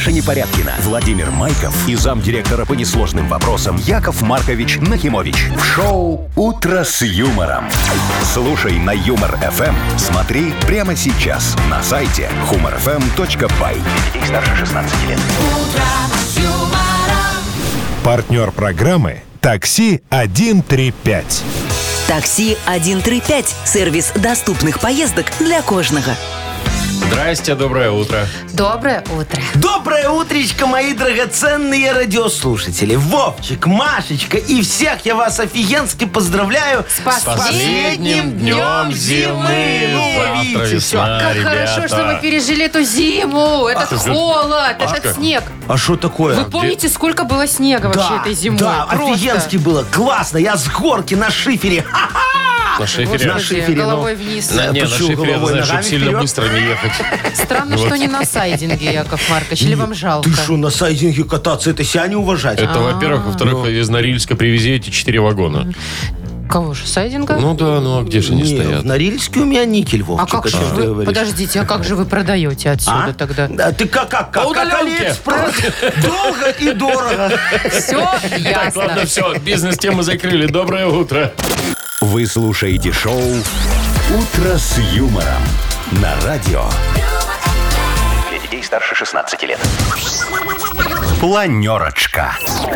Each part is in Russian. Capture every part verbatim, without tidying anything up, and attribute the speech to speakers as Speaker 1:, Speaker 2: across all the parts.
Speaker 1: Маша Непорядкина, Владимир Майков и замдиректора по несложным вопросам Яков Маркович Нахимович. В шоу «Утро с юмором». Слушай на Юмор-ФМ. Смотри прямо сейчас на сайте humor эф эм точка бай. Для детей старше шестнадцати лет.
Speaker 2: Партнер программы «Такси один три пять».
Speaker 3: Такси один три пять. Сервис доступных поездок для кожного.
Speaker 4: Здрасте, доброе утро.
Speaker 5: Доброе утро.
Speaker 6: Доброе утречко, мои драгоценные радиослушатели. Вовчик, Машечка и всех я вас офигенски поздравляю
Speaker 5: С последним днем зимы.
Speaker 6: Ну,
Speaker 4: Завтра
Speaker 6: видите,
Speaker 4: весна,
Speaker 5: Как
Speaker 4: ребята.
Speaker 5: хорошо, что мы пережили эту зиму, этот
Speaker 4: слушай,
Speaker 5: холод,
Speaker 4: Машка.
Speaker 5: этот снег.
Speaker 6: А что такое?
Speaker 5: Вы помните, сколько было снега вообще этой зимой?
Speaker 6: Да,
Speaker 5: Просто.
Speaker 6: офигенски было, классно. Я с горки на шифере. Ха-ха!
Speaker 4: На шифере.
Speaker 6: На
Speaker 5: Господи,
Speaker 6: шифере, ну.
Speaker 5: головой вниз.
Speaker 4: На, не, на
Speaker 6: Почему
Speaker 4: шифере, это
Speaker 6: головой,
Speaker 4: значит, чтобы
Speaker 6: ногами
Speaker 4: сильно
Speaker 6: вперед?
Speaker 4: быстро не ехать.
Speaker 5: Странно, что не на сайдинге, Яков Маркович, или вам жалко?
Speaker 6: Ты что, на сайдинге кататься? Это себя не уважать.
Speaker 4: Это, во-первых. Во-вторых, из Норильска привези эти четыре вагона.
Speaker 5: Кого же, сайдинга?
Speaker 4: Ну да, ну а где же они
Speaker 6: Не,
Speaker 4: стоят?
Speaker 6: в Норильске у меня никель,
Speaker 5: а
Speaker 6: Вовчик.
Speaker 5: как
Speaker 6: о
Speaker 5: же
Speaker 6: чем ты
Speaker 5: вы,
Speaker 6: говоришь?
Speaker 5: подождите, а как же вы продаете отсюда
Speaker 6: А?
Speaker 5: тогда?
Speaker 6: Да, ты как, как, как,
Speaker 4: По
Speaker 6: как
Speaker 4: удаленке.
Speaker 6: Алиэкспресс. Долго и дорого.
Speaker 5: Все
Speaker 4: Так, ладно,
Speaker 5: ясно.
Speaker 4: все, бизнес-тему закрыли. Доброе утро.
Speaker 1: Вы слушаете шоу «Утро с юмором» на радио. Для детей старше шестнадцати лет. Планерочка.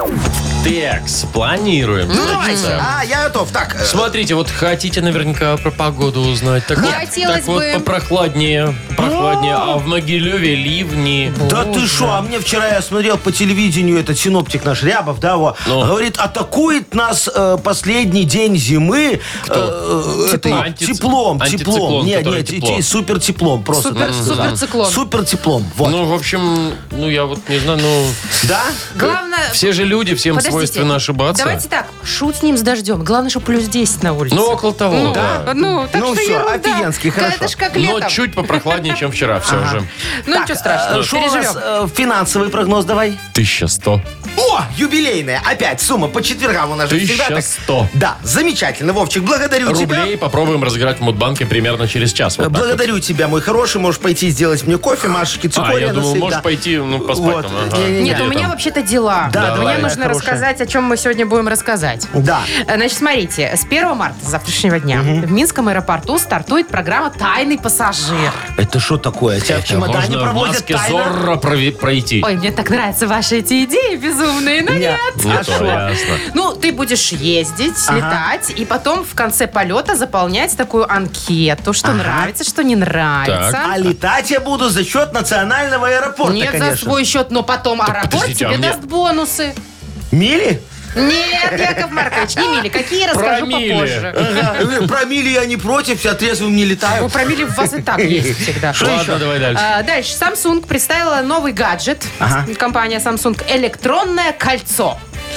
Speaker 4: Текс, планируем. значит, да.
Speaker 6: А, я готов. Так, э,
Speaker 4: Смотрите, вот хотите наверняка про погоду узнать. Так, вот-
Speaker 5: Хотелось
Speaker 4: так вот
Speaker 5: бы.
Speaker 4: попрохладнее, попрохладнее. А в Могилеве ливни.
Speaker 6: да ты что, а мне вчера я смотрел по телевидению этот синоптик наш Рябов, да, вот,
Speaker 4: Ну.
Speaker 6: говорит, атакует нас э, последний день зимы э, э, этой-
Speaker 4: Антиц-
Speaker 6: теплом,
Speaker 4: антициклон,
Speaker 6: теплом, не,
Speaker 4: который
Speaker 6: не,
Speaker 4: тепло.
Speaker 6: те- супер теплом, просто
Speaker 5: Супер-
Speaker 6: так сказал.
Speaker 5: суперциклон.
Speaker 6: Супер теплом, вот.
Speaker 4: Ну, в общем, ну я вот не знаю, ну...
Speaker 6: Да?
Speaker 5: Главное...
Speaker 4: Все же люди, всем
Speaker 5: Подождите,
Speaker 4: свойственно ошибаться.
Speaker 5: Давайте так, шут с ним с дождем. Главное, что плюс десять на улице.
Speaker 4: Ну, около того,
Speaker 5: Ну,
Speaker 4: да.
Speaker 5: Ну, так
Speaker 6: Ну,
Speaker 5: что
Speaker 6: всё,
Speaker 5: ерунда.
Speaker 6: офигенски, хорошо.
Speaker 5: Это ж как
Speaker 4: Но
Speaker 5: летом.
Speaker 4: чуть попрохладнее, чем вчера все уже.
Speaker 5: Ну, ничего страшного,
Speaker 6: э, Что у нас
Speaker 5: переживем.
Speaker 6: э, финансовый прогноз давай?
Speaker 4: тысяча сто.
Speaker 6: О, юбилейная, опять сумма по четвергам у нас же всегда так.
Speaker 4: тысяча сто.
Speaker 6: Да, замечательно, Вовчик, благодарю тебя.
Speaker 4: Рублей попробуем разыграть в Мудбанке примерно через час. Вот так
Speaker 6: Благодарю тебя, мой хороший. Можешь пойти сделать мне кофе, Машечке
Speaker 4: вот. А,
Speaker 6: цикория
Speaker 4: я думал,
Speaker 6: насыпь,
Speaker 4: можешь
Speaker 6: да.
Speaker 4: пойти, ну, поспать
Speaker 6: Вот.
Speaker 4: там. ага.
Speaker 6: Не-не-не.
Speaker 5: Нет,
Speaker 4: Где
Speaker 5: у меня
Speaker 4: там?
Speaker 5: вообще-то дела.
Speaker 6: Да,
Speaker 5: Мне
Speaker 6: давай,
Speaker 5: нужно
Speaker 6: хорошая.
Speaker 5: рассказать, о чем мы сегодня будем рассказать.
Speaker 6: Да.
Speaker 5: Э, Значит, смотрите, с первого марта, с завтрашнего дня, в Минском аэропорту стартует программа «Тайный пассажир».
Speaker 6: Это что такое? Тебя в
Speaker 4: Это
Speaker 6: чемодане
Speaker 4: можно в
Speaker 6: проводят
Speaker 4: маске
Speaker 6: тайно?
Speaker 4: Зорро прови- пройти.
Speaker 5: Ой, мне так нравятся ваши эти идеи безумные, но нет.
Speaker 4: Не
Speaker 6: А
Speaker 4: то,
Speaker 6: шо?
Speaker 4: ясно.
Speaker 5: Ну, ты будешь ездить,
Speaker 6: Ага.
Speaker 5: летать, и потом в конце полета заполнять такую анкету, что нравится, что не нравится.
Speaker 6: А летать я буду за счет национального аэропорта,
Speaker 5: Нет,
Speaker 6: конечно.
Speaker 5: за свой счет, но потом аэропорт
Speaker 4: подождите,
Speaker 5: тебе
Speaker 4: а мне-
Speaker 5: даст бонусы.
Speaker 6: Мили?
Speaker 5: Нет, Яков Маркович, не мили. Какие, расскажу
Speaker 4: Про мили.
Speaker 5: попозже.
Speaker 6: Э, Про мили я не против, я трезвым не
Speaker 5: Ну,
Speaker 6: летаю.
Speaker 5: про мили в вас и так есть всегда.
Speaker 4: Ладно, давай дальше.
Speaker 5: А, дальше. Samsung представила новый гаджет.
Speaker 6: Ага.
Speaker 5: Компания Samsung. Электронное кольцо.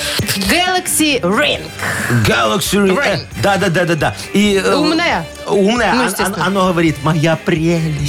Speaker 5: Galaxy Ring.
Speaker 6: Galaxy Ring.
Speaker 5: Ring.
Speaker 6: Э, Да, да, да, да, да. И, э,
Speaker 5: Умная.
Speaker 6: Умная.
Speaker 5: Ну,
Speaker 6: Оно-
Speaker 5: естественно.
Speaker 6: Оно говорит, моя прелесть.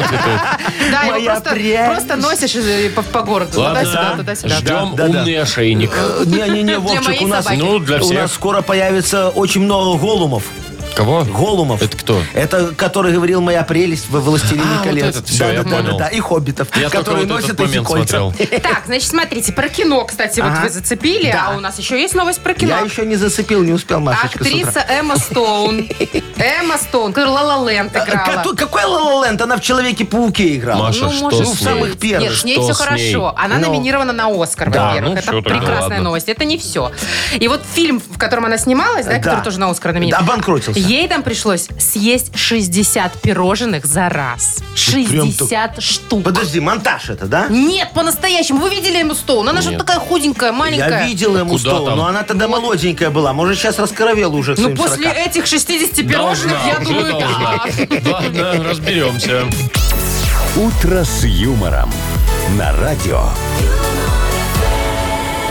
Speaker 5: Да, его
Speaker 6: Моя
Speaker 5: просто,
Speaker 6: прелесть.
Speaker 5: просто носишь э, по, по городу.
Speaker 4: Ладно,
Speaker 5: Туда-сюда, туда-сюда.
Speaker 4: Ждем
Speaker 6: Да, да, да.
Speaker 4: умный ошейник.
Speaker 6: Э, Не-не-не, Вовчик,
Speaker 5: моей
Speaker 6: у нас,
Speaker 5: собаки.
Speaker 4: Ну, для
Speaker 6: у
Speaker 4: всех.
Speaker 6: нас скоро появится очень много голумов.
Speaker 4: Кого?
Speaker 6: Голумов.
Speaker 4: Это кто?
Speaker 6: Это, который говорил «Моя прелесть» в «Властелине
Speaker 4: А, вот
Speaker 6: колец».
Speaker 4: этот, всё,
Speaker 6: да,
Speaker 4: я
Speaker 6: да, да,
Speaker 4: понял.
Speaker 6: да, да, и хоббитов,
Speaker 4: Я только
Speaker 6: которые
Speaker 4: вот
Speaker 6: носят
Speaker 4: этот
Speaker 6: эти
Speaker 4: момент
Speaker 6: кольца.
Speaker 4: смотрел.
Speaker 5: Так, значит, смотрите, про кино, кстати, вот
Speaker 6: Ага.
Speaker 5: вы зацепили,
Speaker 6: Да.
Speaker 5: а у нас еще есть новость про кино.
Speaker 6: Я еще не зацепил, не успел, Машечка, с утра.
Speaker 5: Актриса Эмма Стоун. Эмма Стоун, которая «Ла Ла Ленд» играла.
Speaker 6: Ка- Какой Ла Ла Она в «Человеке-пауке» играла.
Speaker 4: Маша,
Speaker 5: Ну,
Speaker 4: что
Speaker 5: может,
Speaker 4: с
Speaker 6: в
Speaker 4: ней?
Speaker 6: самых первых.
Speaker 5: Нет, с ней
Speaker 4: Что
Speaker 5: все
Speaker 4: с ней?
Speaker 5: хорошо. Она
Speaker 6: Ну.
Speaker 5: номинирована на «Оскар»,
Speaker 4: Да,
Speaker 5: во-первых.
Speaker 4: ну
Speaker 5: Это
Speaker 4: всё, тогда
Speaker 5: прекрасная
Speaker 4: ладно.
Speaker 5: новость. Это не все. И вот фильм, в котором она снималась, да,
Speaker 6: Да.
Speaker 5: который тоже на «Оскар» номинирован,
Speaker 6: Обанкротился.
Speaker 5: ей там пришлось съесть шестьдесят пирожных за раз.
Speaker 6: прям
Speaker 5: шестьдесят штук.
Speaker 6: Подожди, монтаж это, да?
Speaker 5: Нет, по-настоящему. Вы видели Эмму Стоун? Она же
Speaker 4: Нет.
Speaker 5: такая худенькая, маленькая.
Speaker 6: Я видел ему
Speaker 4: Куда
Speaker 6: стол,
Speaker 4: там?
Speaker 6: но она тогда молоденькая была. Может, сейчас раскоровела уже к
Speaker 5: Ну,
Speaker 6: своим
Speaker 5: после
Speaker 6: сорока.
Speaker 5: этих шестидесяти пирожных,
Speaker 4: Должна,
Speaker 5: я
Speaker 4: уже
Speaker 5: думаю, да.
Speaker 4: должна. Ладно, разберемся.
Speaker 1: «Утро с юмором» на радио. Для детей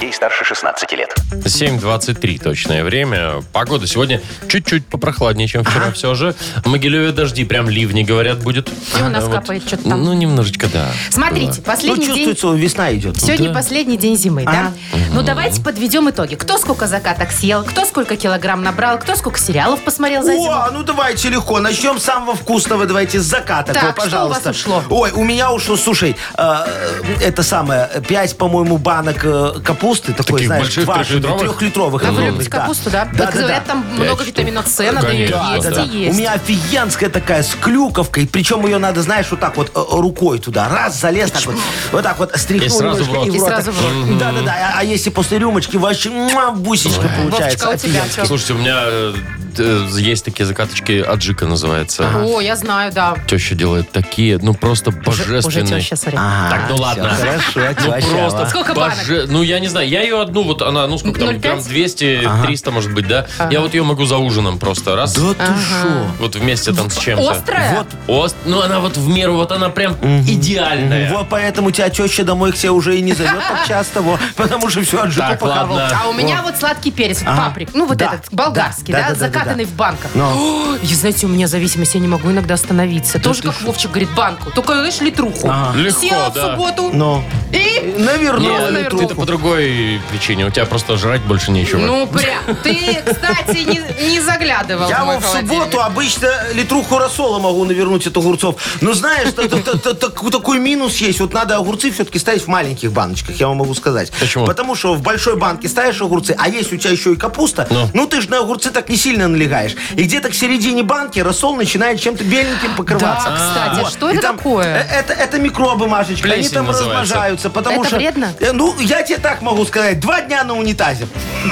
Speaker 1: детей старше шестнадцати лет.
Speaker 4: семь двадцать три точное время. Погода сегодня чуть-чуть попрохладнее, чем вчера все же. В Могилеве дожди, прям ливни, говорят, будет.
Speaker 5: И у нас капает что-то там.
Speaker 4: Ну, немножечко, да.
Speaker 5: Смотрите,
Speaker 6: Ну,
Speaker 5: последний день...
Speaker 6: чувствуется, весна идет.
Speaker 5: Сегодня последний день зимы, да? Ну, давайте подведем итоги. Кто сколько закаток съел, кто сколько килограмм набрал, кто сколько сериалов посмотрел за зиму.
Speaker 6: О, ну давайте легко. Начнем с самого вкусного. Давайте с заката.
Speaker 5: Так,
Speaker 6: то,
Speaker 5: что у
Speaker 6: пожалуйста.
Speaker 5: вас ушло?
Speaker 6: Ой, у меня ушло, слушай, э, это самое, пять, по-моему, банок э, капусты. Такой,
Speaker 4: Таких
Speaker 6: знаешь,
Speaker 4: больших,
Speaker 6: квашеной,
Speaker 4: трехлитровых?
Speaker 6: трехлитровых.
Speaker 5: А вы
Speaker 6: огромных,
Speaker 5: любите
Speaker 6: да.
Speaker 5: капусту, да?
Speaker 6: Да,
Speaker 5: Так
Speaker 6: да,
Speaker 5: говорят,
Speaker 6: да.
Speaker 5: там
Speaker 4: Пять.
Speaker 5: много витамина С, надо ее
Speaker 4: Конечно,
Speaker 5: есть
Speaker 4: да.
Speaker 5: и есть.
Speaker 6: У меня офигенская такая с клюковкой. Причем ее надо, знаешь, вот так вот э, рукой туда. Раз, залез, так вот. Вот так вот стряхнул.
Speaker 4: И сразу
Speaker 6: немножко,
Speaker 4: в рот.
Speaker 6: и
Speaker 5: И
Speaker 6: в рот.
Speaker 5: сразу в рот.
Speaker 6: Да-да-да. А, а если после рюмочки, вообще муа, бусечка получается.
Speaker 5: Вовчика, у тебя
Speaker 6: офигенская.
Speaker 5: чё?
Speaker 4: Слушайте, у меня э, э, есть такие закаточки, аджика называется.
Speaker 5: О, я знаю, да.
Speaker 4: Теща делает такие, ну просто
Speaker 5: Уже
Speaker 4: божественные.
Speaker 5: теща, смотри.
Speaker 6: Ага,
Speaker 4: Так, ну
Speaker 6: всё,
Speaker 4: ладно.
Speaker 6: Хорошо,
Speaker 4: Ну
Speaker 6: теща,
Speaker 4: просто
Speaker 6: ва.
Speaker 5: Сколько банок?
Speaker 4: боже- Ну я не знаю, я ее одну, вот она, ну сколько там,
Speaker 5: ноль пять?
Speaker 4: грамм двести триста может быть, да? Я вот ее могу за ужином просто раз.
Speaker 6: Да ты шо?
Speaker 4: Вот вместе там с чем-то.
Speaker 5: Острая?
Speaker 6: Вот.
Speaker 4: Ост, ну она вот в меру, вот она прям идеальная.
Speaker 6: Вот поэтому тебя теща домой к себе уже и не зовет так часто, во, потому что все от жику
Speaker 4: Так,
Speaker 6: похавал.
Speaker 4: ладно.
Speaker 5: А у меня вот сладкий перец, вот
Speaker 6: Ага.
Speaker 5: паприк. Ну, вот
Speaker 6: Да,
Speaker 5: этот, болгарский,
Speaker 6: да,
Speaker 5: да,
Speaker 6: да, да, да,
Speaker 5: закатанный
Speaker 6: да.
Speaker 5: в банках.
Speaker 6: Но.
Speaker 5: О, и знаете, у меня зависимость, я не могу иногда остановиться. Тоже, как Вовчик говорит, банку. Только, знаешь, литруху.
Speaker 6: Ага.
Speaker 4: Легко,
Speaker 5: Села в
Speaker 4: да.
Speaker 5: субботу
Speaker 6: Но.
Speaker 5: и...
Speaker 6: Навернула
Speaker 5: Нет,
Speaker 4: Нет,
Speaker 6: литруху.
Speaker 4: это по другой причине. У тебя просто жрать больше нечего.
Speaker 5: Ну, прям. Ты, кстати, не, не заглядывал
Speaker 6: Я
Speaker 5: в мой
Speaker 6: вот в
Speaker 5: холодильник.
Speaker 6: субботу обычно литруху рассола могу навернуть от огурцов. Но знаешь, т- т- т- т- такой минус есть. Вот надо огурцы все-таки ставить в маленьких баночках, я вам могу сказать.
Speaker 4: Почему?
Speaker 6: Потому что в большой банке ставишь огурцы, а если у тебя еще и капуста,
Speaker 4: Ну.
Speaker 6: ну ты же на огурцы так не сильно налегаешь. И где-то к середине банки рассол начинает чем-то беленьким покрываться.
Speaker 5: Да, кстати,
Speaker 6: Вот.
Speaker 5: что
Speaker 6: И
Speaker 5: это
Speaker 6: там,
Speaker 5: такое?
Speaker 6: э, Это, это микробы, Машечка. Они
Speaker 4: Плесень
Speaker 6: там
Speaker 4: называется.
Speaker 6: размножаются. Потому
Speaker 5: Это
Speaker 6: что,
Speaker 5: вредно?
Speaker 6: э, Ну, я тебе так могу сказать. Два дня на унитазе.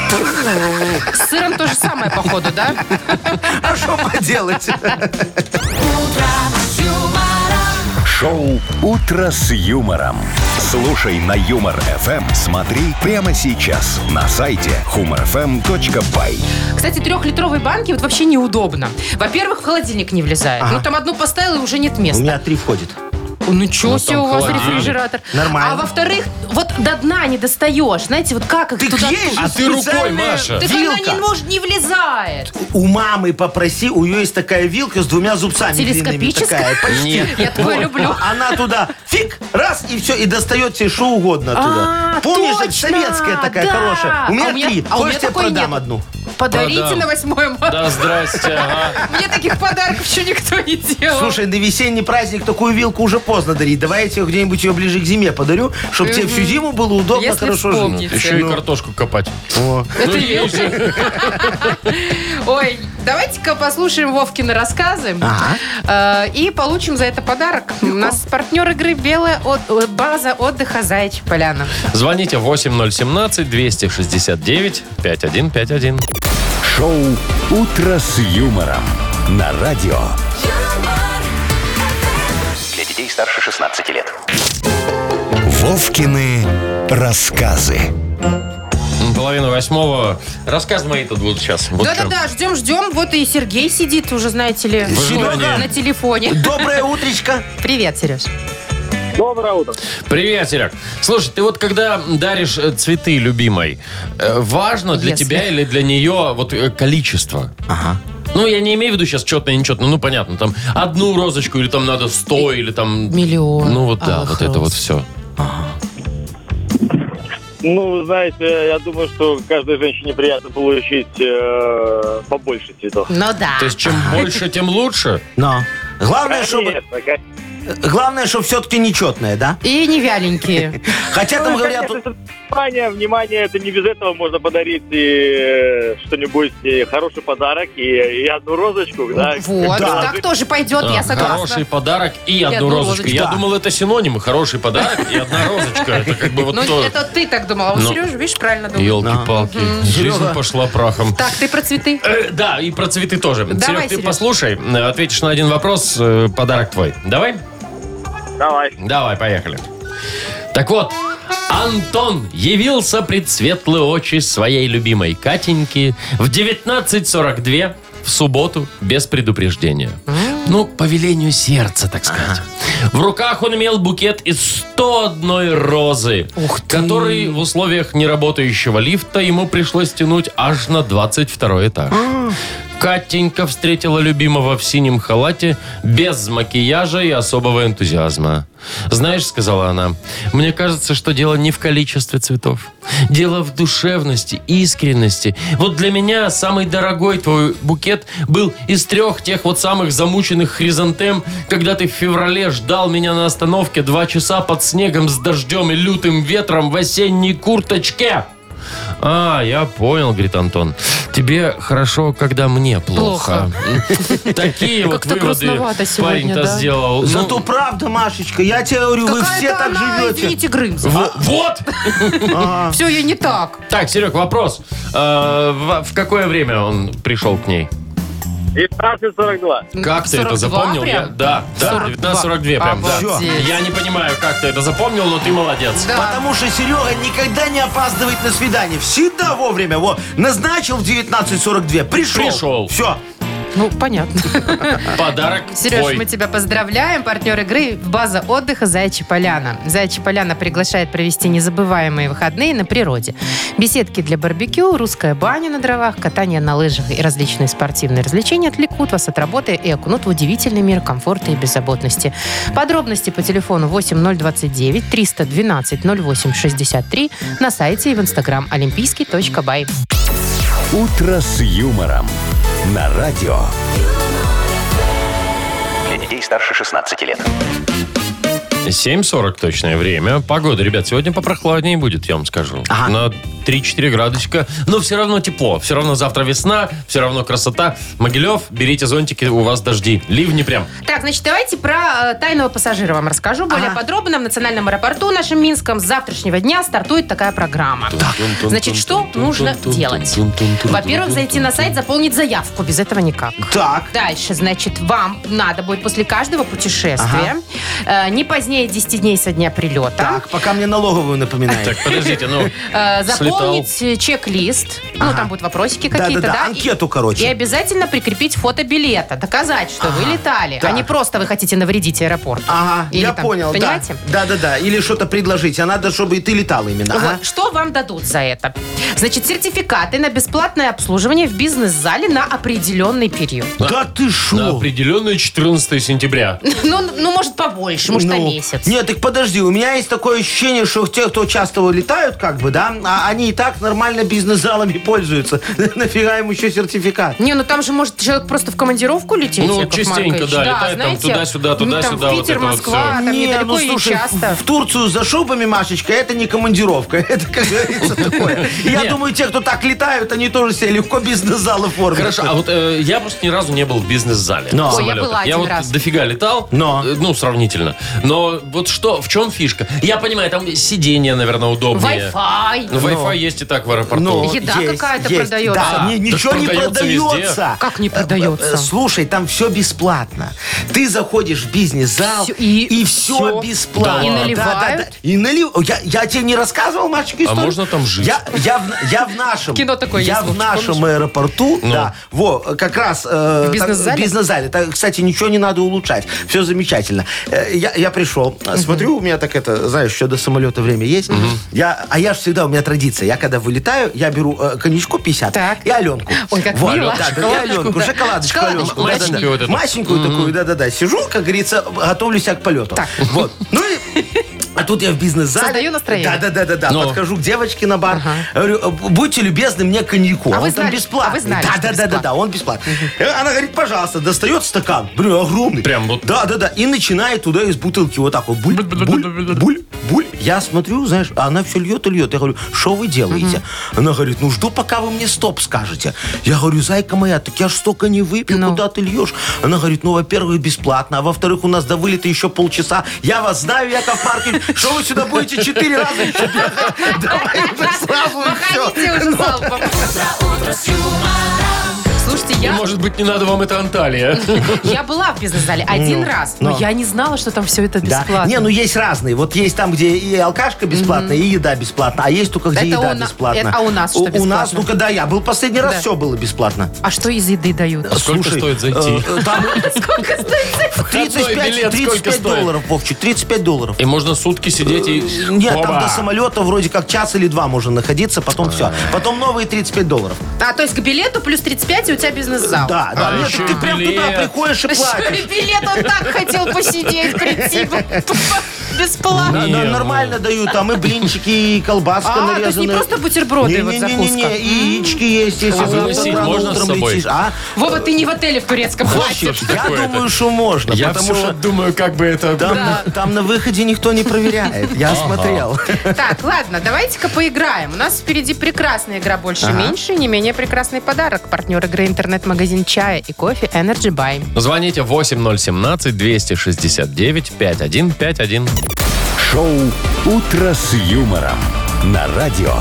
Speaker 5: С сыром то же самое, походу, да?
Speaker 6: А что поделать?
Speaker 1: Шоу «Утро с юмором». Слушай на Юмор ФМ. Смотри прямо сейчас на сайте humor f m точка by.
Speaker 5: Кстати, трехлитровые банки вот вообще неудобно. Во-первых, в холодильник не влезает. Ну, там одну поставил, и уже нет
Speaker 6: У
Speaker 5: места.
Speaker 6: меня три входит.
Speaker 5: Ну, ничего
Speaker 4: Ну,
Speaker 5: себе,
Speaker 4: там
Speaker 5: у вас
Speaker 4: холодильник.
Speaker 5: рефрижератор.
Speaker 6: Нормально.
Speaker 5: А во-вторых, вот до дна не достаешь. Знаете, вот как их
Speaker 6: Так
Speaker 5: туда...
Speaker 6: есть же
Speaker 4: А ты рукой,
Speaker 6: специальная
Speaker 4: Маша.
Speaker 5: Так она
Speaker 6: вилка.
Speaker 5: не может, не влезает.
Speaker 6: У мамы попроси, у нее есть такая вилка с двумя зубцами длинными.
Speaker 5: Телескопическая?
Speaker 6: Такая, почти.
Speaker 4: Нет.
Speaker 5: Я такое люблю.
Speaker 6: Она туда фиг, раз, и все, и достает тебе что угодно оттуда.
Speaker 5: А,
Speaker 6: Помнишь, это
Speaker 5: точно,
Speaker 6: советская такая
Speaker 5: да.
Speaker 6: хорошая. У меня
Speaker 5: А у меня-
Speaker 6: три.
Speaker 5: а у
Speaker 6: Хочешь,
Speaker 5: меня
Speaker 6: я
Speaker 5: такой
Speaker 6: продам
Speaker 5: нет.
Speaker 6: одну?
Speaker 5: Подарите
Speaker 4: Продам.
Speaker 5: на восьмое марта.
Speaker 4: Да, здрасте, ага.
Speaker 5: Мне таких подарков еще никто не делал.
Speaker 6: Слушай, на весенний праздник такую вилку уже поздно дарить. Давай я тебе где-нибудь ее ближе к зиме подарю, чтобы тебе всю зиму было удобно,
Speaker 5: Если
Speaker 6: хорошо жить.
Speaker 5: вспомнить.
Speaker 4: Еще и
Speaker 6: Ну.
Speaker 4: картошку копать.
Speaker 6: О.
Speaker 5: Это
Speaker 4: Ну,
Speaker 5: я.
Speaker 4: есть же.
Speaker 5: Ой, давайте-ка послушаем Вовкины рассказы.
Speaker 6: Ага.
Speaker 5: Э, И получим за это подарок. У нас партнер игры «Белая от- база отдыха Заячья Поляна».
Speaker 4: Звоните восемь ноль семнадцать двести шестьдесят девять пятьдесят один пятьдесят один.
Speaker 1: Шоу «Утро с юмором» на радио. Для детей старше шестнадцати лет. Вовкины рассказы.
Speaker 4: Половина восьмого. Рассказ мои тут будут сейчас. Вот в чем.
Speaker 5: Да-да-да, ждем, ждем. Вот и Сергей сидит уже, знаете ли,
Speaker 6: Серега?
Speaker 5: на телефоне.
Speaker 6: Доброе утречко.
Speaker 5: Привет, Сереж.
Speaker 7: Доброе утро.
Speaker 4: Привет, Серег. Слушай, ты вот когда даришь э, цветы любимой, э, важно для
Speaker 5: Если.
Speaker 4: тебя или для нее вот э, количество?
Speaker 6: Ага.
Speaker 4: Ну, я не имею в виду сейчас четное и нечетное. Ну, понятно, там одну розочку или там надо сто, или там...
Speaker 5: Миллион
Speaker 4: Ну, вот да,
Speaker 5: алых
Speaker 4: вот это
Speaker 5: роз.
Speaker 4: вот все.
Speaker 7: Ну, вы знаете, я думаю, что каждой женщине приятно получить э, побольше цветов.
Speaker 5: Ну да.
Speaker 4: То есть, чем больше, тем лучше?
Speaker 6: Но. Главное, чтобы,
Speaker 7: Конечно, конечно.
Speaker 6: главное, чтобы все-таки нечетное, да?
Speaker 5: И не вяленькие.
Speaker 6: Хотя там
Speaker 7: Ну,
Speaker 6: говорят...
Speaker 7: конечно, внимание, внимание, это не без этого можно подарить и э, что-нибудь, и хороший подарок, и, и одну розочку, да.
Speaker 5: Вот,
Speaker 6: Да.
Speaker 5: так тоже пойдет, я
Speaker 4: А,
Speaker 5: согласна.
Speaker 4: Хороший подарок и одну
Speaker 5: одну
Speaker 4: розочку.
Speaker 5: розочку.
Speaker 4: Я
Speaker 6: Да.
Speaker 4: думал, это синонимы. Хороший подарок и одна розочка. Это как бы вот
Speaker 5: Ну,
Speaker 4: то...
Speaker 5: это ты так думала. А вот
Speaker 4: Ну.
Speaker 5: Сережа, видишь, правильно думал.
Speaker 4: Елки-палки. Жизнь
Speaker 6: Серега.
Speaker 4: пошла прахом.
Speaker 5: Так, ты про цветы?
Speaker 4: Э, Да, и про цветы тоже.
Speaker 5: Давай,
Speaker 4: Серег, ты
Speaker 5: Сереж.
Speaker 4: послушай, э, ответишь на один вопрос, э, подарок твой. Давай?
Speaker 7: Давай.
Speaker 4: Давай, поехали. Так вот, Антон явился пред светлые очи своей любимой Катеньки в девятнадцать сорок два в субботу без предупреждения. Ну, по велению сердца, так сказать. В руках он имел букет из сто одной розы, который в условиях неработающего лифта ему пришлось тянуть аж на двадцать второй этаж. Катенька встретила любимого в синем халате, без макияжа и особого энтузиазма. «Знаешь, — сказала она, — мне кажется, что дело не в количестве цветов. Дело в душевности, искренности. Вот для меня самый дорогой твой букет был из трех тех вот самых замученных хризантем, когда ты в феврале ждал меня на остановке два часа под снегом с дождем и лютым ветром в осенней курточке». «А, я понял, — говорит Антон. — Тебе хорошо, когда мне плохо». Такие вот выводы парень-то сделал.
Speaker 6: Зато правда, Машечка, я тебе говорю, вы все так живете.
Speaker 5: Извините, Грымза.
Speaker 4: Вот!
Speaker 5: Все ей не так.
Speaker 4: Так, Серег, вопрос. Э, В в какое время он пришел к ней?
Speaker 7: девятнадцать сорок два.
Speaker 4: Как ты это
Speaker 5: сорок два
Speaker 4: запомнил? Я-
Speaker 5: прям?
Speaker 4: Да, да,
Speaker 5: сорок два.
Speaker 4: девятнадцать сорок два прям, да.
Speaker 5: Обалдеть.
Speaker 4: Я не понимаю, как ты это запомнил, но ты молодец.
Speaker 5: Да.
Speaker 6: Потому что Серега никогда не опаздывает на свидание. Всегда вовремя. Вот, назначил в девятнадцать сорок два, пришел.
Speaker 4: Пришел.
Speaker 6: Все.
Speaker 5: Ну, понятно.
Speaker 4: Подарок
Speaker 5: Сереж,
Speaker 4: твой.
Speaker 5: мы тебя поздравляем. Партнер игры — база отдыха «Заячья поляна». «Заячья поляна» приглашает провести незабываемые выходные на природе. Беседки для барбекю, русская баня на дровах, катание на лыжах и различные спортивные развлечения отвлекут вас от работы и окунут в удивительный мир комфорта и беззаботности. Подробности по телефону восемь ноль двадцать девять триста двенадцать ноль восемь шестьдесят три на сайте и в инстаграм олимпийский точка бай.
Speaker 1: «Утро с юмором» на радио.
Speaker 8: Для детей старше шестнадцати лет.
Speaker 4: семь сорок точное время. Погода, ребят, сегодня попрохладнее будет, я вам скажу.
Speaker 6: Ага.
Speaker 4: На три-четыре градусика. Но все равно тепло. Все равно завтра весна, все равно красота. Могилев, берите зонтики, у вас дожди. Ливни прям.
Speaker 5: Так, значит, давайте про э, тайного пассажира вам расскажу более
Speaker 6: Ага.
Speaker 5: подробно. В национальном аэропорту нашем Минском с завтрашнего дня стартует такая программа. Значит, что нужно делать? Во-первых, зайти на сайт, заполнить заявку. Без этого никак.
Speaker 6: Так.
Speaker 5: Дальше, значит, вам надо будет после каждого путешествия э, не позднее десяти дней со дня прилета
Speaker 6: Так, пока мне налоговую напоминает.
Speaker 4: Так, подождите, ну...
Speaker 5: э,
Speaker 4: слетал.
Speaker 5: заполнить э, чек-лист. Ну,
Speaker 6: Ага.
Speaker 5: там будут вопросики какие-то,
Speaker 6: Да-да-да,
Speaker 5: да?
Speaker 6: анкету,
Speaker 5: И-
Speaker 6: короче.
Speaker 5: И обязательно прикрепить фото билета. Доказать, что вы летали. А
Speaker 6: Так.
Speaker 5: не просто вы хотите навредить аэропорту.
Speaker 6: Ага,
Speaker 5: Или
Speaker 6: я
Speaker 5: там,
Speaker 6: понял, да.
Speaker 5: понимаете?
Speaker 6: Да-да-да, или что-то предложить. А надо, чтобы и ты летал именно.
Speaker 5: Вот,
Speaker 6: Ага.
Speaker 5: что вам дадут за это? Значит, сертификаты на бесплатное обслуживание в бизнес-зале на определенный период.
Speaker 6: Да ты
Speaker 4: На
Speaker 6: шо?
Speaker 4: определенное четырнадцатое сентября.
Speaker 5: Ну, ну, может, побольше, может, на
Speaker 6: Ну,
Speaker 5: месяц.
Speaker 6: Нет, так подожди, у меня есть такое ощущение, что те, кто часто летают, как бы, да, а они и так нормально бизнес-залами пользуются. Нафига им еще сертификат?
Speaker 5: Не, ну там же может человек просто в командировку лететь,
Speaker 4: Ну,
Speaker 5: Яков
Speaker 4: частенько,
Speaker 5: Маркович.
Speaker 4: да, летает там
Speaker 5: знаете,
Speaker 4: туда-сюда,
Speaker 5: ну,
Speaker 4: туда-сюда,
Speaker 5: Там
Speaker 4: вот
Speaker 5: Питер,
Speaker 4: это вот
Speaker 5: Москва,
Speaker 4: всё.
Speaker 5: там
Speaker 6: Не,
Speaker 5: недалеко
Speaker 6: ну
Speaker 5: и
Speaker 6: слушай,
Speaker 5: часто.
Speaker 6: в, в Турцию за шубами, Машечка, это не командировка. Это, как говорится, такое. И Я
Speaker 4: Нет.
Speaker 6: думаю, те, кто так летают, они тоже себе легко бизнес-зал оформят.
Speaker 4: Хорошо, а вот э, я просто ни разу не был в бизнес-зале.
Speaker 6: Но.
Speaker 4: в
Speaker 6: Ой,
Speaker 5: я
Speaker 4: самолетах.
Speaker 5: была
Speaker 4: Я
Speaker 5: один
Speaker 4: вот
Speaker 5: раз.
Speaker 4: дофига летал,
Speaker 6: Но.
Speaker 4: э, ну, сравнительно. Но вот что, в чем фишка? Я понимаю, там сиденье, наверное, удобнее.
Speaker 5: Wi-Fi.
Speaker 4: Ну, Wi-Fi есть и так в аэропорту.
Speaker 6: Ну,
Speaker 5: Еда
Speaker 6: есть,
Speaker 5: какая-то
Speaker 6: есть.
Speaker 5: продается.
Speaker 6: Да, ни-
Speaker 4: Да,
Speaker 6: ничего
Speaker 4: так
Speaker 6: не
Speaker 4: продается
Speaker 6: продается.
Speaker 5: Как не
Speaker 6: Э,
Speaker 5: продается?
Speaker 6: э, Слушай, там все бесплатно. Ты заходишь в бизнес-зал,
Speaker 5: Всё- и
Speaker 6: и, все
Speaker 5: всё.
Speaker 6: бесплатно.
Speaker 4: Да И
Speaker 5: наливают?
Speaker 6: И налив... Я, я тебе не рассказывал, Машечка, историю?
Speaker 4: можно там жить?
Speaker 6: Я, я, в, я в нашем...
Speaker 5: Кино такое
Speaker 6: Я
Speaker 5: есть,
Speaker 6: в
Speaker 5: Вовчик,
Speaker 6: нашем
Speaker 5: помнишь?
Speaker 6: аэропорту, да, во, как раз... э,
Speaker 5: В бизнес-зале?
Speaker 6: так, в бизнес-зале. Так, кстати, ничего не надо улучшать. Все замечательно. Э, Я, я пришел, смотрю, у меня так это, знаешь, еще до самолета время есть. Я, а я же всегда, у меня традиция. Я когда вылетаю, я беру э, коньячку пятьдесят
Speaker 5: Так.
Speaker 6: и Аленку.
Speaker 5: Ой, как
Speaker 6: Вот,
Speaker 5: мило.
Speaker 6: да, да, и
Speaker 5: Шоколадочку,
Speaker 6: Аленку,
Speaker 5: да.
Speaker 6: шоколадочку,
Speaker 5: Шоколадочку,
Speaker 6: Аленку. да, да,
Speaker 4: масенькую
Speaker 6: да.
Speaker 4: вот эту.
Speaker 6: Масенькую такую, да-да-да. Сижу, как говорится, готовлюсь я к полету.
Speaker 5: Так.
Speaker 6: Вот. Ну и... А тут я в бизнес-зале.
Speaker 5: Создаю настроение.
Speaker 6: Да-да-да-да.
Speaker 4: Ну.
Speaker 6: Подхожу к девочке на бар. Говорю, будьте любезны, мне коньяку.
Speaker 5: А
Speaker 6: он
Speaker 5: вы
Speaker 6: там
Speaker 5: знали-
Speaker 6: бесплатный.
Speaker 5: а вы знали, что
Speaker 6: Да-да-да-да, он бесплатный. И Она говорит, пожалуйста, достает стакан. Говорю, огромный.
Speaker 4: Прям вот.
Speaker 6: Да-да-да. И начинает туда из бутылки вот так вот. Буль, буль, буль, буль. Я смотрю, знаешь, а она все льет и льет. Я говорю, что вы делаете? Она говорит, ну жду, пока вы мне стоп скажете. Я говорю, зайка моя, так я ж столько не выпью,
Speaker 5: Ну.
Speaker 6: куда ты льешь? Она говорит, ну, во-первых, бесплатно, а во-вторых, у нас до вылета еще полчаса. Я вас знаю, Яков Маркович, что вы сюда будете четыре раза еще бегать? Давай вы сразу и все.
Speaker 5: Маханите уже залпом. Слушайте, я
Speaker 4: может быть, не надо вам это Анталия.
Speaker 5: Я была в бизнес-зале один раз, но
Speaker 6: ну.
Speaker 5: я не знала, что там все это
Speaker 6: Да.
Speaker 5: бесплатно.
Speaker 6: Не, ну есть разные. Вот есть там, где и алкашка бесплатная, и еда бесплатная. А есть только, где
Speaker 5: Это
Speaker 6: еда
Speaker 5: у на-
Speaker 6: бесплатная.
Speaker 5: это- а у нас что
Speaker 6: У, у нас,
Speaker 5: бесплатно?
Speaker 6: ну когда я был последний раз,
Speaker 5: Да.
Speaker 6: все было бесплатно.
Speaker 5: А что из еды дают?
Speaker 4: Сколько
Speaker 6: Слушай,
Speaker 4: стоит зайти?
Speaker 6: э, там
Speaker 5: Сколько стоит?
Speaker 6: тридцать
Speaker 4: Входной
Speaker 6: пять,
Speaker 4: билет
Speaker 6: тридцать
Speaker 4: сколько
Speaker 6: пять
Speaker 4: стоит?
Speaker 6: долларов, Вовчик, тридцать пять долларов.
Speaker 4: И можно сутки сидеть и...
Speaker 6: Нет, там
Speaker 4: Оба.
Speaker 6: до самолета вроде как час или два можно находиться, потом все. Потом новые тридцать пять долларов.
Speaker 5: А, то есть к билету плюс тридцать пять, и у тебя бизнес-зал.
Speaker 6: Да, да.
Speaker 4: А
Speaker 6: Нет,
Speaker 4: еще
Speaker 6: так ты
Speaker 4: и
Speaker 6: прям
Speaker 4: билет.
Speaker 6: туда приходишь и
Speaker 5: Еще
Speaker 6: платишь.
Speaker 5: и билет, он так хотел посидеть, прийти. Бесплатно.
Speaker 6: Да, да, нормально дают, там и блинчики, и колбаска
Speaker 5: А,
Speaker 6: нарезанная.
Speaker 5: то есть не просто бутерброды, вот закуска.
Speaker 6: Не-не-не, и яички есть, если
Speaker 4: А
Speaker 6: завтра
Speaker 4: выносить
Speaker 6: рано
Speaker 4: можно с
Speaker 6: утром
Speaker 4: собой?
Speaker 6: летишь. А?
Speaker 5: Вова, ты не в отеле в турецком платье.
Speaker 6: Я
Speaker 4: такое-то?
Speaker 6: думаю, что можно,
Speaker 4: Я
Speaker 6: потому
Speaker 4: все
Speaker 6: что
Speaker 4: думаю, как бы это...
Speaker 6: там, на, там на выходе никто не проверяет. Я смотрел.
Speaker 5: Так, ладно, давайте-ка поиграем. У нас впереди прекрасная игра «Больше-меньше», не менее прекрасный подарок. Партнер игры интернет-магазин чая и кофе Energy Buy.
Speaker 4: Звоните восемь ноль семнадцать двести шестьдесят девять пятьдесят один пятьдесят один.
Speaker 1: Шоу «Утро с юмором» на радио.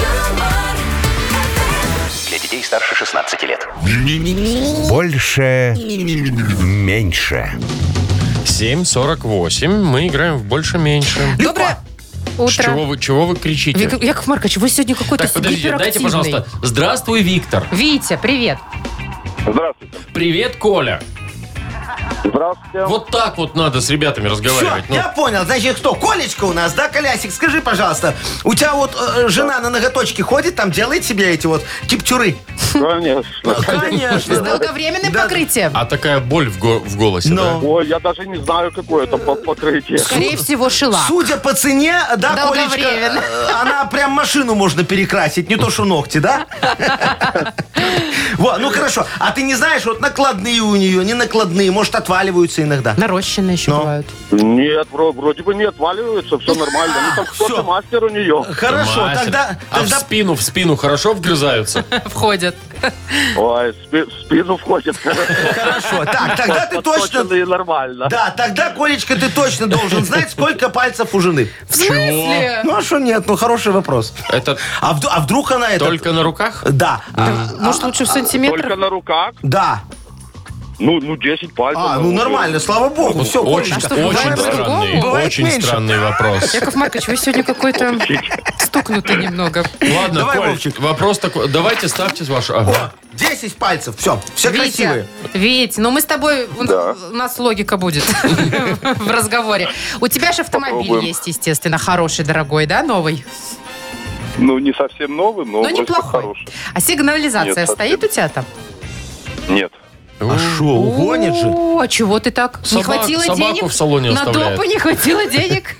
Speaker 8: Для детей старше шестнадцати лет.
Speaker 2: Больше. Меньше.
Speaker 4: семь сорок восемь. Мы играем в больше-меньше.
Speaker 5: Доброе
Speaker 4: С Чего
Speaker 5: утро.
Speaker 4: вы, чего вы кричите?
Speaker 5: Вик- Яков Маркович, вы сегодня какой-то
Speaker 4: Так, подождите, дайте,
Speaker 5: гиперактивный.
Speaker 4: пожалуйста. Здравствуй, Виктор.
Speaker 5: Витя, привет.
Speaker 7: Здравствуйте.
Speaker 4: Привет, Коля.
Speaker 7: Здравствуйте.
Speaker 4: Вот так вот надо с ребятами
Speaker 6: Все,
Speaker 4: разговаривать. Ну,
Speaker 6: я понял. Значит, кто? Колечка у нас, да, Колясик? Скажи, пожалуйста, у тебя вот э, жена на ноготочке ходит, там делает себе эти вот киптюры?
Speaker 7: Конечно.
Speaker 6: Конечно.
Speaker 5: С долговременным
Speaker 6: Да.
Speaker 5: покрытием.
Speaker 4: А такая боль в, го- в голосе,
Speaker 6: Но.
Speaker 7: Ой, я даже не знаю, какое это по- покрытие.
Speaker 5: Скорее всего, шелак.
Speaker 6: Судя по цене, да, Колечка,
Speaker 5: Долговременно.
Speaker 6: э, она прям машину можно перекрасить, не то что ногти, да? Вот, ну хорошо. А ты не знаешь, вот накладные у нее, не накладные, может, отваливаются иногда.
Speaker 5: Нарощенные еще
Speaker 6: Но.
Speaker 5: бывают.
Speaker 7: Нет, вро- вроде бы не отваливается, все нормально. Ну там кто-то
Speaker 6: Всё.
Speaker 7: мастер у нее.
Speaker 4: да?
Speaker 6: Хорошо,
Speaker 4: Мастер.
Speaker 6: тогда...
Speaker 4: А в
Speaker 6: тогда...
Speaker 4: спину, в спину хорошо вгрызаются?
Speaker 5: Входят.
Speaker 7: Ой, спи- в спину входит.
Speaker 6: Хорошо, так, тогда ты точно...
Speaker 7: Подточенный нормально.
Speaker 6: Да, тогда, Колечка, ты точно должен знать, сколько пальцев у жены.
Speaker 5: В смысле?
Speaker 6: Ну, а что нет? Ну, хороший вопрос.
Speaker 4: Это
Speaker 6: А, вд- а вдруг она это...
Speaker 4: только на руках?
Speaker 6: Да,
Speaker 5: Может, лучше в сантиметрах?
Speaker 7: Только на руках?
Speaker 6: да.
Speaker 7: Ну, ну десять пальцев.
Speaker 6: А, ну нормально, слава богу. Все,
Speaker 4: Очень,
Speaker 6: Колечка.
Speaker 5: что,
Speaker 4: очень
Speaker 5: бывает
Speaker 4: странный,
Speaker 5: по-другому?
Speaker 6: Бывает
Speaker 4: очень
Speaker 6: меньше.
Speaker 4: странный вопрос.
Speaker 5: Яков Маркович, вы сегодня какой-то стукнутый немного.
Speaker 4: Ладно,
Speaker 6: Давай,
Speaker 4: Коль,
Speaker 6: Вовчик.
Speaker 4: вопрос такой. Давайте ставьте вашу. Ага.
Speaker 6: О, десять пальцев, все, все красивые.
Speaker 5: Витя, Вить, ну мы с тобой, у,
Speaker 7: Да.
Speaker 5: у нас логика будет в разговоре. У тебя же автомобиль
Speaker 7: Попробуем.
Speaker 5: есть, естественно, хороший, дорогой, да, новый?
Speaker 7: Ну, не совсем новый, но
Speaker 5: Но
Speaker 7: вроде как
Speaker 5: неплохой.
Speaker 7: хороший.
Speaker 5: А сигнализация
Speaker 7: Нет,
Speaker 5: стоит у тебя там?
Speaker 7: Нет.
Speaker 6: А что, угонит же?
Speaker 5: О, а чего ты так? Не
Speaker 4: Собак-
Speaker 5: хватило
Speaker 4: собаку
Speaker 5: денег?
Speaker 4: в салоне
Speaker 5: На
Speaker 4: оставляет.
Speaker 5: допы не хватило денег?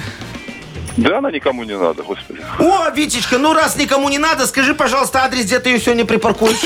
Speaker 7: Да она никому не надо, господи.
Speaker 6: О, Витечка, ну раз никому не надо, скажи, пожалуйста, адрес, где ты ее сегодня припаркуешь.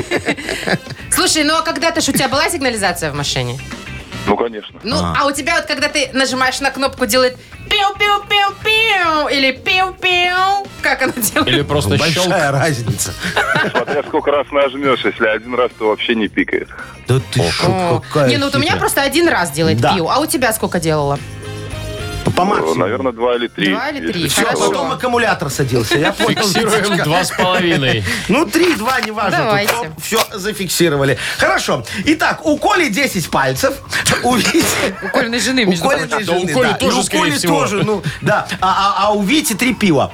Speaker 5: Слушай, ну а когда-то ж у тебя была сигнализация в машине?
Speaker 7: Ну, конечно.
Speaker 5: Ну, а у тебя вот, когда ты нажимаешь на кнопку, делает пиу-пиу-пиу-пиу или пиу-пиу. Как она делает?
Speaker 4: Или просто щелк.
Speaker 6: Большая разница.
Speaker 7: Смотря сколько раз нажмешь, если один раз, то вообще не пикает.
Speaker 6: Да ты
Speaker 5: О.
Speaker 6: что, какая
Speaker 5: Не, ну вот у меня
Speaker 6: хитрая.
Speaker 5: просто один раз делает
Speaker 6: Да.
Speaker 5: пиу. А у тебя сколько делала?
Speaker 6: По максимуму.
Speaker 7: Наверное, два или три.
Speaker 5: Два или три.
Speaker 7: если
Speaker 6: Все,
Speaker 5: Хорошо.
Speaker 7: честно.
Speaker 6: потом аккумулятор садился. Я понял.
Speaker 4: Фиксируем
Speaker 6: Витечка.
Speaker 4: два с половиной.
Speaker 6: Ну, три, два, неважно.
Speaker 5: Давайте.
Speaker 6: Все зафиксировали. Хорошо. Итак, у Коли десять пальцев. У Вити...
Speaker 5: У Колиной жены,
Speaker 6: У
Speaker 5: между
Speaker 6: Колиной
Speaker 5: прочим.
Speaker 4: Да, у
Speaker 6: жены,
Speaker 4: Коли
Speaker 6: да.
Speaker 4: тоже,
Speaker 6: И у
Speaker 4: скорее
Speaker 6: Коли
Speaker 4: всего.
Speaker 6: тоже, ну, да. А, а- а у Вити три пива.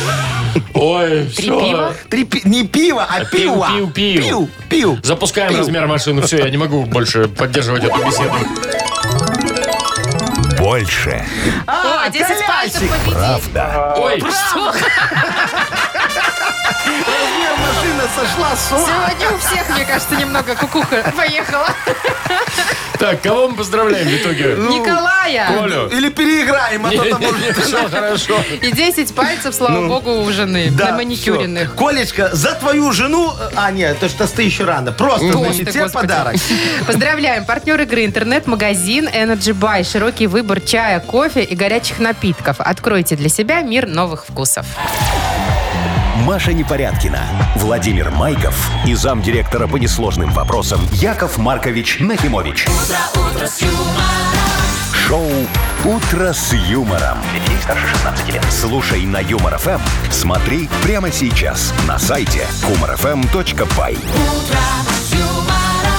Speaker 4: Ой,
Speaker 5: Три
Speaker 4: всё.
Speaker 5: пива?
Speaker 6: Три пи- Не пиво, а
Speaker 4: пиу,
Speaker 6: пиво.
Speaker 4: пиу, пиу.
Speaker 6: Пиу, пиу.
Speaker 4: Запускаем
Speaker 6: Пиу.
Speaker 4: размер машины. Все, я не могу больше поддерживать эту беседу.
Speaker 2: Больше.
Speaker 5: О, десять
Speaker 6: Колясик.
Speaker 5: пальцев победить.
Speaker 4: Ой,
Speaker 6: Размер машина сошла с ума.
Speaker 5: Сегодня у всех, мне кажется, немного кукуха поехала.
Speaker 4: так, кого мы поздравляем в итоге?
Speaker 5: Николая.
Speaker 4: Колю.
Speaker 6: Или переиграем, а то там может...
Speaker 4: Все хорошо.
Speaker 5: И десять пальцев, слава богу, у жены.
Speaker 6: Да,
Speaker 5: на маникюренных.
Speaker 6: всё. Колечка, за твою жену... А, нет, это ж тосты еще рано. Просто,
Speaker 5: Тосты,
Speaker 6: значит, тебе
Speaker 5: господи.
Speaker 6: подарок.
Speaker 5: Поздравляем! Партнер игры интернет-магазин Energy Buy. Широкий выбор чая, кофе и горячих напитков. Откройте для себя мир новых вкусов.
Speaker 1: Маша Непорядкина, Владимир Майков и замдиректора по несложным вопросам Яков Маркович Нахимович. Шоу «Утро с юмором».
Speaker 8: Для детей старше шестнадцати лет.
Speaker 1: Слушай на Юмор ФМ, смотри прямо сейчас на сайте humor эф эм точка бай.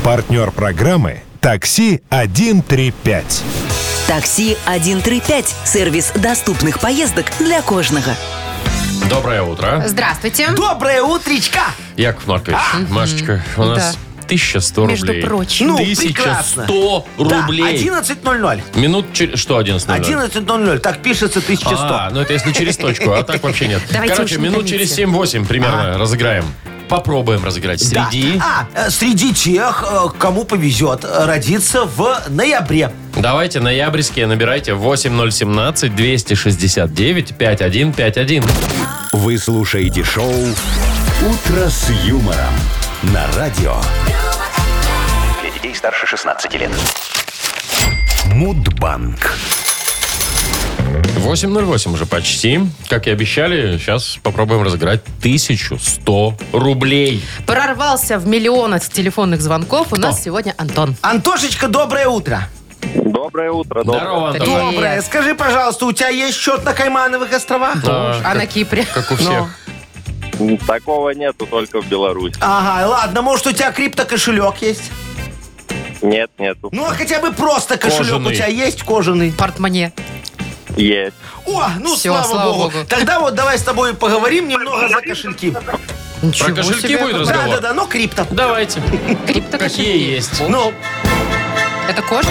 Speaker 2: Партнер программы «Такси один три пять».
Speaker 3: Такси один три пять. Сервис доступных поездок для кожного.
Speaker 4: Доброе утро.
Speaker 5: Здравствуйте.
Speaker 6: Доброе утречка!
Speaker 4: Яков Маркович, Машечка, у нас тысяча сто
Speaker 5: Между
Speaker 4: рублей.
Speaker 5: прочим.
Speaker 6: Ну,
Speaker 4: тысяча
Speaker 6: прекрасно.
Speaker 4: сто рублей.
Speaker 6: Да, одиннадцать ноль ноль.
Speaker 4: Минут через... Что одиннадцать ноль ноль?
Speaker 6: одиннадцать ноль ноль. Так пишется тысяча сто.
Speaker 4: А, ну это если через точку, а так вообще нет.
Speaker 5: Давайте
Speaker 4: Короче,
Speaker 5: уж не
Speaker 4: минут
Speaker 5: томите.
Speaker 4: через семь-восемь примерно разыграем. Попробуем разыграть.
Speaker 6: Да.
Speaker 4: Среди...
Speaker 6: А, э, среди тех, э, кому повезет э, родиться в ноябре.
Speaker 4: Давайте ноябрьские набирайте восемь ноль семнадцать двести шестьдесят девять пятьдесят один пятьдесят один.
Speaker 1: Вы слушаете шоу «Утро с юмором» на радио
Speaker 8: Для детей старше шестнадцати лет.
Speaker 1: Мудбанк.
Speaker 4: восемь ноль восемь уже почти. Как и обещали, сейчас попробуем разыграть тысяча сто рублей.
Speaker 5: Прорвался в миллион от телефонных звонков. У нас сегодня Антон.
Speaker 6: Антошечка, доброе утро.
Speaker 7: Доброе утро. доброе.
Speaker 4: Здорово, Антон.
Speaker 5: Привет.
Speaker 6: Доброе. Скажи, пожалуйста, у тебя есть счет на Каймановых островах?
Speaker 4: Да,
Speaker 5: А
Speaker 4: как,
Speaker 5: на Кипре?
Speaker 4: как у всех.
Speaker 7: Такого нету, только в Беларуси.
Speaker 6: Ага, ладно, может, у тебя криптокошелек есть?
Speaker 7: Нет, нету.
Speaker 6: Ну, а хотя бы просто кошелек
Speaker 4: Кожаный.
Speaker 6: у тебя есть кожаный?
Speaker 5: Портмоне.
Speaker 7: Есть.
Speaker 6: О, ну,
Speaker 5: Всё,
Speaker 6: слава,
Speaker 5: слава
Speaker 6: богу.
Speaker 5: богу.
Speaker 6: Тогда вот давай с тобой поговорим немного за кошельки.
Speaker 5: Ничего
Speaker 4: Про кошельки
Speaker 5: себе.
Speaker 4: будет
Speaker 6: Да,
Speaker 4: разговор?
Speaker 6: да, да, но крипто.
Speaker 4: Давайте.
Speaker 5: Криптокошельки.
Speaker 4: Какие есть?
Speaker 6: Ну,
Speaker 5: Это кожа?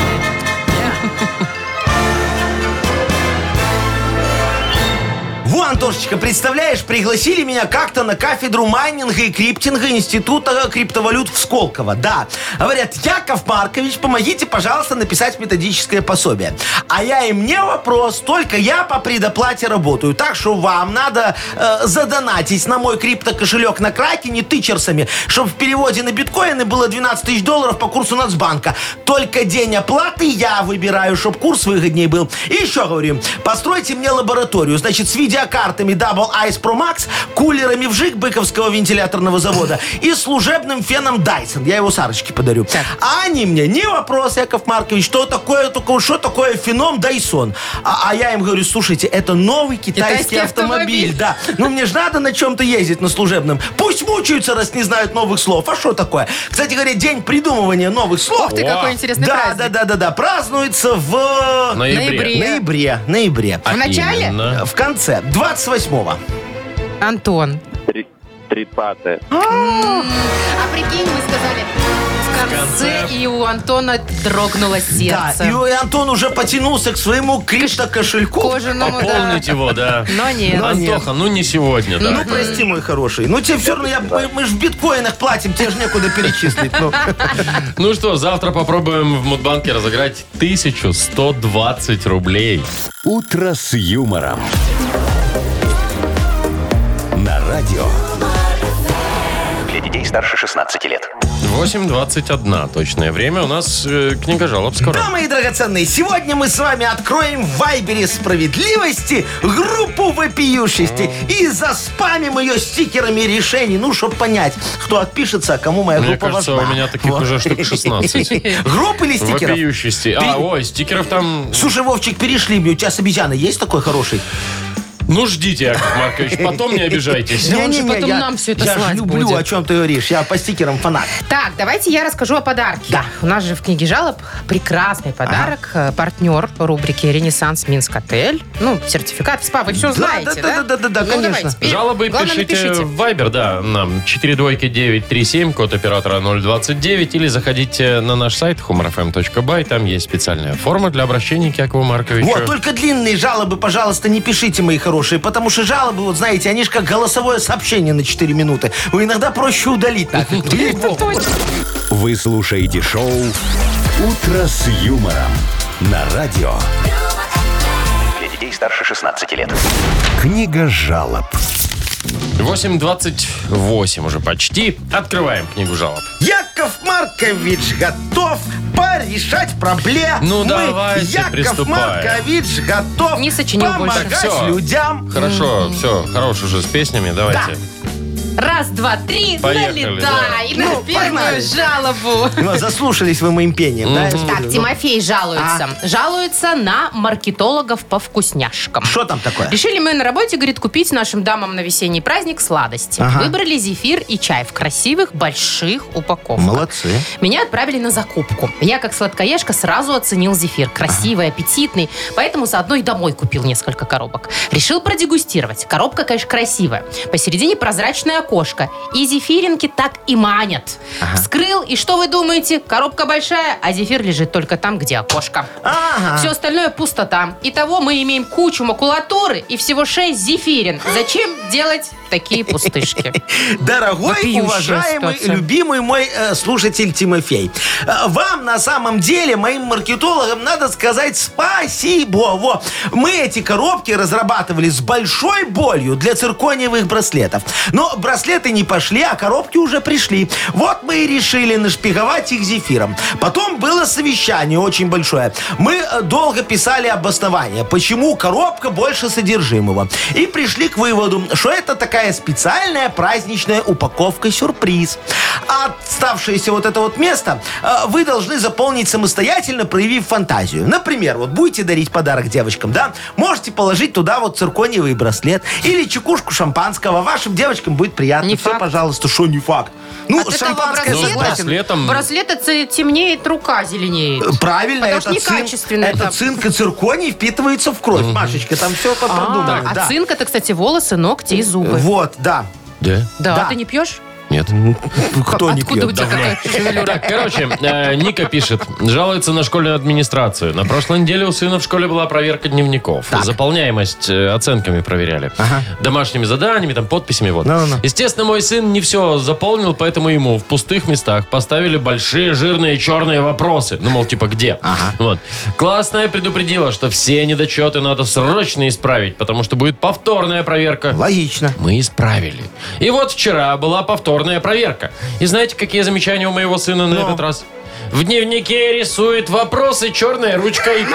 Speaker 6: во, Антошечка, представляешь, пригласили меня как-то на кафедру майнинга и криптинга Института криптовалют в Сколково. Да. Говорят, Яков Маркович, помогите, пожалуйста, написать методическое пособие. А я им не вопрос, только я по предоплате работаю. Так что вам надо э, задонатить на мой криптокошелек на Кракене тычерсами, чтобы в переводе на биткоины было двенадцать тысяч долларов по курсу Нацбанка. Только день оплаты я выбираю, чтобы курс выгоднее был. И еще говорю, постройте мне лабораторию, значит, с видеокартами Double Ice Pro Max, кулерами вжик Быковского вентиляторного завода и служебным феном Dyson. Я его Сарочке подарю. А они мне, не вопрос, Яков Маркович, что такое, только что такое феном Dyson? А, а я им говорю, слушайте, это новый китайский,
Speaker 5: Китайский
Speaker 6: автомобиль.
Speaker 5: автомобиль.
Speaker 6: Да. Ну, мне же надо на чем-то ездить, на служебном. Пусть мучаются, раз не знают новых слов. А что такое? Кстати говоря, день придумывания новых слов.
Speaker 5: Ух ты, какой интересный
Speaker 6: Да,
Speaker 5: праздник.
Speaker 6: да, да, да, да. Празднуется в
Speaker 4: Ноябре.
Speaker 5: Ноябре.
Speaker 6: ноябре. Ноябре.
Speaker 4: А
Speaker 5: В начале?
Speaker 4: именно?
Speaker 6: В конце. двадцать восьмого.
Speaker 5: Антон.
Speaker 7: Три- Тридцатое.
Speaker 5: А прикинь, мы сказали в конце,
Speaker 4: конце.
Speaker 5: и у Антона дрогнуло
Speaker 6: Да,
Speaker 5: сердце.
Speaker 6: и Антон уже потянулся к своему криптокошельку.
Speaker 5: Кожаному, да.
Speaker 4: Пополнить его, да.
Speaker 5: Но нет.
Speaker 4: Антоха, ну не сегодня, да.
Speaker 6: Ну, прости, мой хороший. Ну, тебе все равно, я, мы, мы же в биткоинах платим, тебе же некуда перечислить. Ну.
Speaker 4: Ну что, завтра попробуем в Мудбанке разыграть тысяча сто двадцать рублей.
Speaker 1: «Утро с юмором». На радио.
Speaker 8: Для детей старше шестнадцати лет.
Speaker 4: восемь двадцать один точное время. У нас э, книга жалоб скоро.
Speaker 6: Да, мои драгоценные, сегодня мы с вами откроем в Вайбере справедливости группу вопиющести и заспамим ее стикерами решений, ну, чтобы понять, кто отпишется, а кому моя
Speaker 4: Мне
Speaker 6: группа
Speaker 4: кажется,
Speaker 6: важна.
Speaker 4: у меня таких
Speaker 6: Вот.
Speaker 4: уже штук шестнадцать.
Speaker 6: Групп или стикеров?
Speaker 4: Вопиющести. А,
Speaker 6: Пере-
Speaker 4: ой, стикеров там...
Speaker 6: Слушай, Вовчик, перешли мне, у тебя с обезьяной есть такой хороший?
Speaker 4: Ну, ждите, Яков Маркович, потом не обижайтесь.
Speaker 5: Да он же
Speaker 6: Не-не-не,
Speaker 5: потом
Speaker 6: я-
Speaker 5: нам всё это
Speaker 6: Я же
Speaker 5: слать
Speaker 6: люблю,
Speaker 5: будет.
Speaker 6: о чем ты говоришь. Я по стикерам фанат.
Speaker 5: Так, давайте я расскажу о подарке.
Speaker 6: Да.
Speaker 5: У нас же в книге жалоб прекрасный подарок. Э, Партнер рубрики «Ренессанс Минск Отель». Ну, сертификат в СПА, вы все
Speaker 6: Да,
Speaker 5: знаете,
Speaker 6: да,
Speaker 5: да?
Speaker 6: да, да, да,
Speaker 5: Ну,
Speaker 6: конечно.
Speaker 5: давайте, теперь
Speaker 4: Жалобы
Speaker 5: главное,
Speaker 4: пишите
Speaker 5: напишите.
Speaker 4: в Viber, да, нам четыре двойки девять три семь, код оператора ноль двадцать девять, или заходите на наш сайт humor f m точка by, там есть специальная форма для обращения к Якову Марковичу.
Speaker 6: Вот, только длинные жалобы, пожалуйста, не пишите, мои хорошие, потому что жалобы, вот знаете, они же как голосовое сообщение на четыре минуты. Вы иногда проще удалить нафиг.
Speaker 1: Вы слушаете шоу «Утро с юмором» на радио.
Speaker 8: Для детей старше шестнадцати лет.
Speaker 1: Книга жалоб.
Speaker 4: восемь двадцать восемь уже почти. Открываем книгу жалоб.
Speaker 6: Яков Маркович готов порешать проблемы.
Speaker 4: Ну, давайте,
Speaker 6: Яков
Speaker 4: приступаем.
Speaker 6: Маркович готов
Speaker 5: Не сочинил больше.
Speaker 6: помогать
Speaker 4: Так, всё.
Speaker 6: людям.
Speaker 4: Хорошо, все, хорош уже с песнями, давайте.
Speaker 5: Раз, два, три,
Speaker 4: Поехали,
Speaker 5: налетай
Speaker 6: да.
Speaker 5: на
Speaker 6: Ну,
Speaker 5: первую
Speaker 6: погнали.
Speaker 5: жалобу.
Speaker 6: Ну, заслушались вы моим пением, да? я
Speaker 5: Так,
Speaker 6: смотрю? Ну,
Speaker 5: Тимофей жалуется. Жалуется на маркетологов по вкусняшкам.
Speaker 6: Что там такое?
Speaker 5: Решили мы на работе, говорит, купить нашим дамам на весенний праздник сладости.
Speaker 6: Ага.
Speaker 5: Выбрали зефир и чай в красивых больших упаковках.
Speaker 6: Молодцы.
Speaker 5: Меня отправили на закупку. Я, как сладкоежка, сразу оценил зефир. Красивый, аппетитный. Поэтому заодно и домой купил несколько коробок. Решил продегустировать. Коробка, конечно, красивая. Посередине прозрачное окошко. И зефиринки так и манят. Вскрыл, и что вы думаете? Коробка большая, а зефир лежит только там, где окошко.
Speaker 6: Ага.
Speaker 5: Все остальное пустота. Итого мы имеем кучу макулатуры и всего шесть зефирин. Зачем делать такие пустышки?
Speaker 6: Дорогой,
Speaker 5: Вопиющая
Speaker 6: уважаемый,
Speaker 5: ситуация.
Speaker 6: любимый мой э, слушатель Тимофей, э, вам на самом деле, моим маркетологам, надо сказать спасибо. Во. Мы эти коробки разрабатывали с большой болью для циркониевых браслетов. Но браслеты не пошли, а коробки уже пришли. Вот мы и решили нашпиговать их зефиром. Потом было совещание очень большое. Мы э, долго писали обоснование, почему коробка больше содержимого. И пришли к выводу, что это такая специальная праздничная упаковка-сюрприз. А оставшееся вот это вот место э, вы должны заполнить самостоятельно, проявив фантазию. Например, вот будете дарить подарок девочкам, да? Можете положить туда вот циркониевый браслет или чекушку шампанского. Вашим девочкам будет приятно.
Speaker 5: Не
Speaker 6: Все,
Speaker 5: факт.
Speaker 6: пожалуйста, что не факт. Ну,
Speaker 5: От этого
Speaker 6: шампанское
Speaker 4: Ну, с
Speaker 5: браслета-
Speaker 6: согласен.
Speaker 4: браслетом...
Speaker 5: Браслет это темнеет, рука зеленеет.
Speaker 6: Правильно,
Speaker 5: Потому
Speaker 6: это,
Speaker 5: что некачественный
Speaker 6: цинк, это
Speaker 5: там.
Speaker 6: цинк и цирконий впитывается в кровь. Машечка, там все
Speaker 5: А,
Speaker 6: продумано.
Speaker 5: а
Speaker 6: да.
Speaker 5: цинк это, кстати, волосы, ногти и зубы.
Speaker 6: Вот, да.
Speaker 4: Да?
Speaker 5: Да,
Speaker 6: Да.
Speaker 5: ты не пьешь?
Speaker 4: Нет.
Speaker 6: Кто не
Speaker 5: Откуда у
Speaker 6: пьет?
Speaker 5: тебя такая шевелюра?
Speaker 4: Так, короче, э, Ника пишет, жалуется на школьную администрацию. На прошлой неделе у сына в школе была проверка дневников. Заполняемость э, оценками проверяли. Домашними заданиями, там, подписями. Вот.
Speaker 6: Ну-ну-ну.
Speaker 4: Естественно, мой сын не все заполнил, поэтому ему в пустых местах поставили большие жирные черные вопросы. Ну, мол, типа, где? Вот. Классная предупредила, что все недочеты надо срочно исправить, потому что будет повторная проверка.
Speaker 6: Логично.
Speaker 4: Мы исправили. И вот вчера была повторная проверка. И знаете, какие замечания у моего сына на
Speaker 6: Ну?
Speaker 4: этот раз? В дневнике рисует вопросы черной ручкой.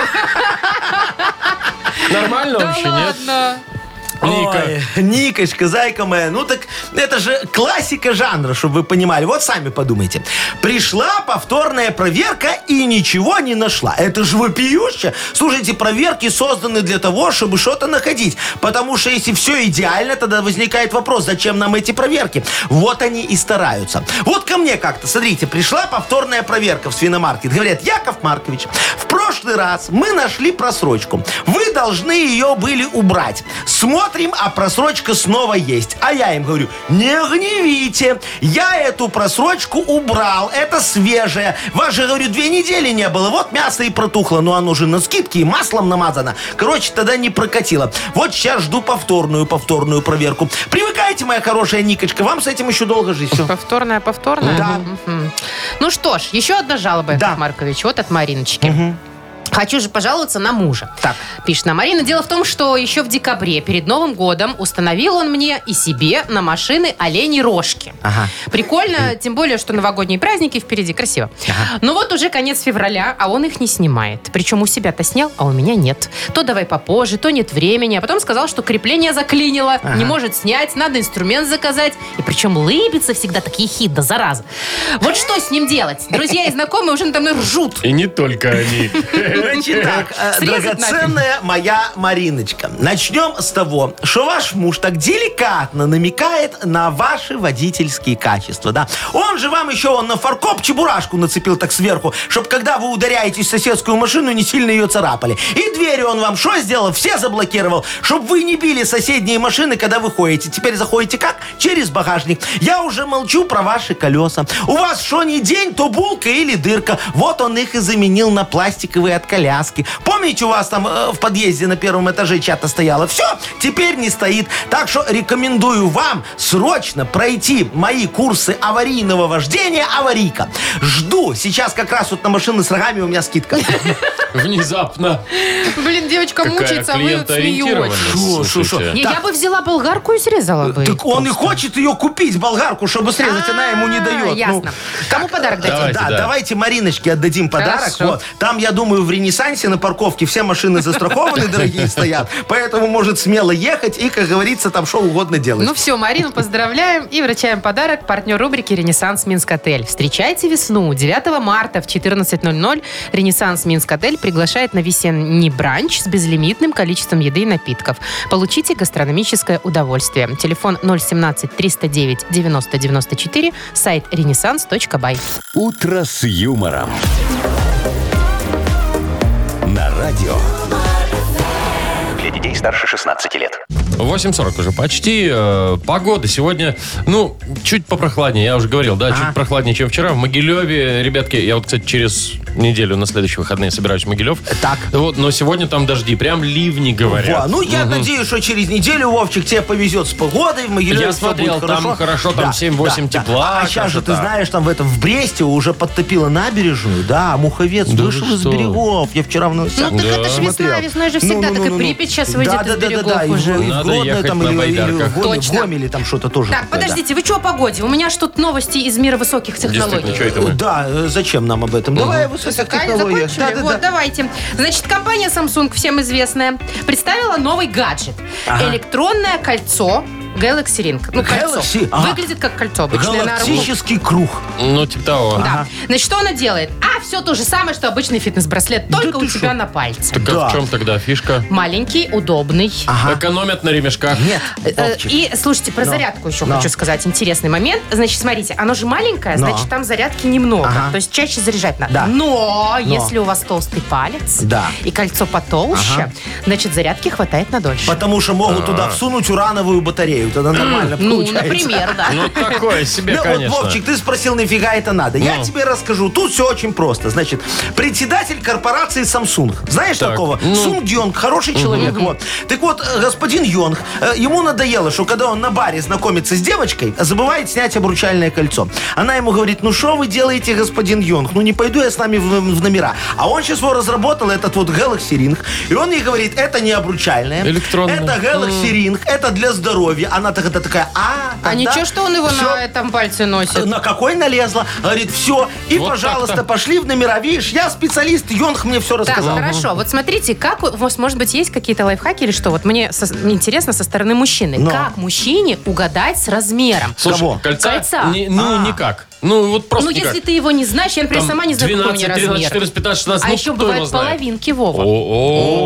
Speaker 4: Нормально
Speaker 5: Да
Speaker 4: вообще, нет?
Speaker 5: ладно.
Speaker 4: Ника.
Speaker 6: Ой, Никочка, зайка моя, ну так это же классика жанра, чтобы вы понимали. Вот сами подумайте. Пришла повторная проверка и ничего не нашла. Это же вопиюще. Слушайте, проверки созданы для того, чтобы что-то находить. Потому что если все идеально, тогда возникает вопрос, зачем нам эти проверки? Вот они и стараются. Вот ко мне как-то, смотрите, пришла повторная проверка в свиномаркет. Говорят, Яков Маркович, в прошлый раз мы нашли просрочку. Вы должны ее были убрать. Смотрим, а просрочка снова есть. А я им говорю, не гневите. Я эту просрочку убрал. Это свежее. Вас же, говорю, две недели не было. Вот мясо и протухло. Но оно же на скидке и маслом намазано. Короче, тогда не прокатило. Вот сейчас жду повторную, повторную проверку. Привыкайте, моя хорошая Никочка. Вам с этим еще долго жить. Все.
Speaker 5: Повторная, повторная?
Speaker 6: Да.
Speaker 5: Мгм. Ну что ж, еще одна жалоба, Яков
Speaker 6: Да.
Speaker 5: Маркович. Вот от Мариночки. Хочу же пожаловаться на мужа.
Speaker 6: Так.
Speaker 5: Пишет нам Марина. Дело в том, что еще в декабре, перед Новым годом, установил он мне и себе на машины оленей рожки.
Speaker 6: Ага.
Speaker 5: Прикольно, тем более, что новогодние праздники впереди. Красиво. Но вот уже конец февраля, а он их не снимает. Причем у себя-то снял, а у меня нет. То давай попозже, то нет времени. А потом сказал, что крепление заклинило, не может снять, надо инструмент заказать. И причем лыбится всегда так ехидно, зараза. Вот что с ним делать? Друзья и знакомые уже надо мной ржут.
Speaker 4: И не только они.
Speaker 6: Значит так, э,
Speaker 5: Срезать
Speaker 6: драгоценная моя Мариночка. Начнем с того, что ваш муж так деликатно намекает на ваши водительские качества, да. Он же вам еще он на фаркоп чебурашку нацепил так сверху, чтобы когда вы ударяетесь в соседскую машину, не сильно ее царапали. И двери он вам что сделал? Все заблокировал, чтобы вы не били соседние машины, когда вы ходите. Теперь заходите как? Через багажник. Я уже молчу про ваши колеса. У вас что ни день, то булка или дырка. Вот он их и заменил на пластиковые от коляски. Помните, у вас там э, в подъезде на первом этаже чата стояло? Все, теперь не стоит. Так что рекомендую вам срочно пройти мои курсы аварийного вождения «Аварийка». Жду. Сейчас как раз вот на машины с рогами у меня скидка.
Speaker 4: Внезапно.
Speaker 5: Блин, девочка
Speaker 4: Какая
Speaker 5: мучается, а вы вот
Speaker 4: клиентоориентированность.
Speaker 5: смеетесь.
Speaker 6: Шо, шо, шо.
Speaker 4: Слушайте.
Speaker 5: Не,
Speaker 6: Так.
Speaker 5: я бы взяла болгарку и срезала бы.
Speaker 6: Так он и хочет ее купить, болгарку, чтобы срезать, она ему не
Speaker 5: А,
Speaker 6: дает.
Speaker 5: Ясно.
Speaker 6: Ну,
Speaker 5: Кому подарок дадим?
Speaker 4: Давайте,
Speaker 6: да,
Speaker 4: да.
Speaker 6: давайте Мариночке отдадим подарок.
Speaker 5: Хорошо.
Speaker 6: Вот. Там, я думаю, в в Ренессансе на парковке все машины застрахованы, дорогие, стоят. Поэтому может смело ехать и, как говорится, там что угодно делать.
Speaker 5: Ну все, Марину поздравляем и вручаем подарок. Партнер рубрики «Ренессанс Минск Отель». Встречайте весну. девятого марта в четырнадцать ноль ноль «Ренессанс Минск Отель» приглашает на весенний бранч с безлимитным количеством еды и напитков. Получите гастрономическое удовольствие. Телефон ноль семнадцать триста девять девяносто девяносто четыре, сайт ренессанс точка бай.
Speaker 1: «Утро с юмором». На радио.
Speaker 8: Для детей старше шестнадцати лет.
Speaker 4: восемь сорок уже почти. Э, погода сегодня, ну, чуть попрохладнее. Я уже говорил, да, чуть прохладнее, чем вчера. В Могилеве, ребятки, я вот, кстати, через неделю на следующие выходные собираюсь в Могилев.
Speaker 6: Так.
Speaker 4: Вот, но сегодня там дожди, прям ливни, говорят.
Speaker 6: Во, ну, я надеюсь, что через неделю, Вовчик, тебе повезет с погодой. В Могилеве
Speaker 4: Я
Speaker 6: всё
Speaker 4: смотрел,
Speaker 6: будет
Speaker 4: там
Speaker 6: хорошо.
Speaker 4: хорошо, там
Speaker 6: Да,
Speaker 4: семь-восемь
Speaker 6: да, да.
Speaker 4: тепла,
Speaker 6: А сейчас же, ты
Speaker 4: красота.
Speaker 6: знаешь, там в этом, в Бресте уже подтопило набережную, да, Муховец
Speaker 4: Да
Speaker 6: вышел
Speaker 4: вы
Speaker 6: из
Speaker 4: что?
Speaker 6: берегов. Я вчера в новостях
Speaker 5: Ну так это ж весна,
Speaker 6: смотрел.
Speaker 5: весной же
Speaker 6: Ну,
Speaker 5: всегда
Speaker 6: ну,
Speaker 5: так
Speaker 6: ну,
Speaker 5: и
Speaker 6: ну.
Speaker 5: Припять сейчас выйдет
Speaker 6: Да,
Speaker 5: из
Speaker 6: да, да,
Speaker 5: берегов
Speaker 6: да, и в-
Speaker 5: уже.
Speaker 6: и в
Speaker 4: Надо
Speaker 6: Гродно
Speaker 4: ехать
Speaker 6: там,
Speaker 4: на
Speaker 6: или- или
Speaker 4: байдарках.
Speaker 6: в Гоме-
Speaker 5: Точно.
Speaker 6: в Гомеле там что-то тоже.
Speaker 5: Так,
Speaker 6: такое, да.
Speaker 5: подождите, вы что о погоде? У меня ж тут новости из мира высоких технологий.
Speaker 4: Действительно, что это мы?
Speaker 6: Да, э, зачем нам об этом? Давай о высоких
Speaker 5: Закан-
Speaker 6: технологиях.
Speaker 5: закончили?
Speaker 6: Да, да,
Speaker 5: Вот,
Speaker 6: да.
Speaker 5: давайте. Значит, компания Samsung, всем известная, представила новый гаджет. Электронное кольцо Galaxy Ring. Ну, кольцо.
Speaker 6: Galaxy? Ага.
Speaker 5: Выглядит как кольцо обычное на руку.
Speaker 6: Галактический круг.
Speaker 4: Ну, типа того.
Speaker 5: Да. Значит, что она делает? А, все то же самое, что обычный фитнес-браслет, только у
Speaker 6: ты
Speaker 5: тебя
Speaker 6: шо?
Speaker 5: на пальце.
Speaker 4: Так а
Speaker 6: Да.
Speaker 4: в чем тогда фишка?
Speaker 5: Маленький, удобный.
Speaker 4: Экономят на ремешках.
Speaker 6: Нет,
Speaker 5: Э,
Speaker 6: Вовчик.
Speaker 5: И, слушайте, про зарядку еще
Speaker 6: Но.
Speaker 5: хочу сказать. Интересный момент. Значит, смотрите, оно же маленькое,
Speaker 6: Но.
Speaker 5: значит, там зарядки немного.
Speaker 6: Ага.
Speaker 5: То есть чаще заряжать надо.
Speaker 6: Да.
Speaker 5: Но, если у вас толстый палец
Speaker 6: Да.
Speaker 5: и кольцо потолще, значит, зарядки хватает на дольше.
Speaker 6: Потому что могут туда всунуть урановую батарею. Тогда нормально
Speaker 5: Ну,
Speaker 6: получается.
Speaker 5: например, да.
Speaker 4: Ну, такое себе,
Speaker 6: Ну,
Speaker 4: конечно.
Speaker 6: вот, Вовчик, ты спросил, нафига это надо. Я
Speaker 4: Ну.
Speaker 6: тебе расскажу. Тут все очень просто. Значит, председатель корпорации Samsung. Знаешь
Speaker 4: Так,
Speaker 6: такого?
Speaker 4: ну.
Speaker 6: Сунг Йонг, хороший человек. Вот. Так вот, э, господин Йонг, э, ему надоело, что когда он на баре знакомится с девочкой, забывает снять обручальное кольцо. Она ему говорит, ну что вы делаете, господин Йонг? Ну не пойду я с нами в, в номера. А он сейчас его разработал, этот вот Galaxy Ring. И он ей говорит, это не обручальное.
Speaker 4: Электронное.
Speaker 6: Это Galaxy Ring, это для здоровья. Она тогда такая, а,
Speaker 5: А
Speaker 6: тогда
Speaker 5: ничего, что он его
Speaker 6: всё.
Speaker 5: на этом пальце носит?
Speaker 6: На какой налезла? Говорит, все. И,
Speaker 4: Вот
Speaker 6: пожалуйста,
Speaker 4: так-то.
Speaker 6: пошли в номера. Видишь, я специалист, Йонг мне все
Speaker 5: Так,
Speaker 6: рассказал.
Speaker 5: хорошо. Вот смотрите, как у вас, может быть, есть какие-то лайфхаки или что? Вот мне со- интересно со стороны мужчины.
Speaker 6: Но.
Speaker 5: Как мужчине угадать с размером?
Speaker 4: Слушай,
Speaker 6: Кого?
Speaker 4: кольца?
Speaker 5: Кольца.
Speaker 4: Не- ну,
Speaker 6: А.
Speaker 4: никак. Ну, вот просто
Speaker 5: Ну,
Speaker 4: никак.
Speaker 5: если ты его не знаешь, я, например,
Speaker 4: Там
Speaker 5: сама не знаю, какой у
Speaker 4: двенадцать,
Speaker 5: меня
Speaker 4: тринадцать,
Speaker 5: размер.
Speaker 4: четырнадцать, пятнадцать, шестнадцать,
Speaker 5: А
Speaker 4: ну,
Speaker 5: еще
Speaker 4: кто его
Speaker 5: бывают
Speaker 4: знает?
Speaker 5: половинки, Вова.
Speaker 4: О,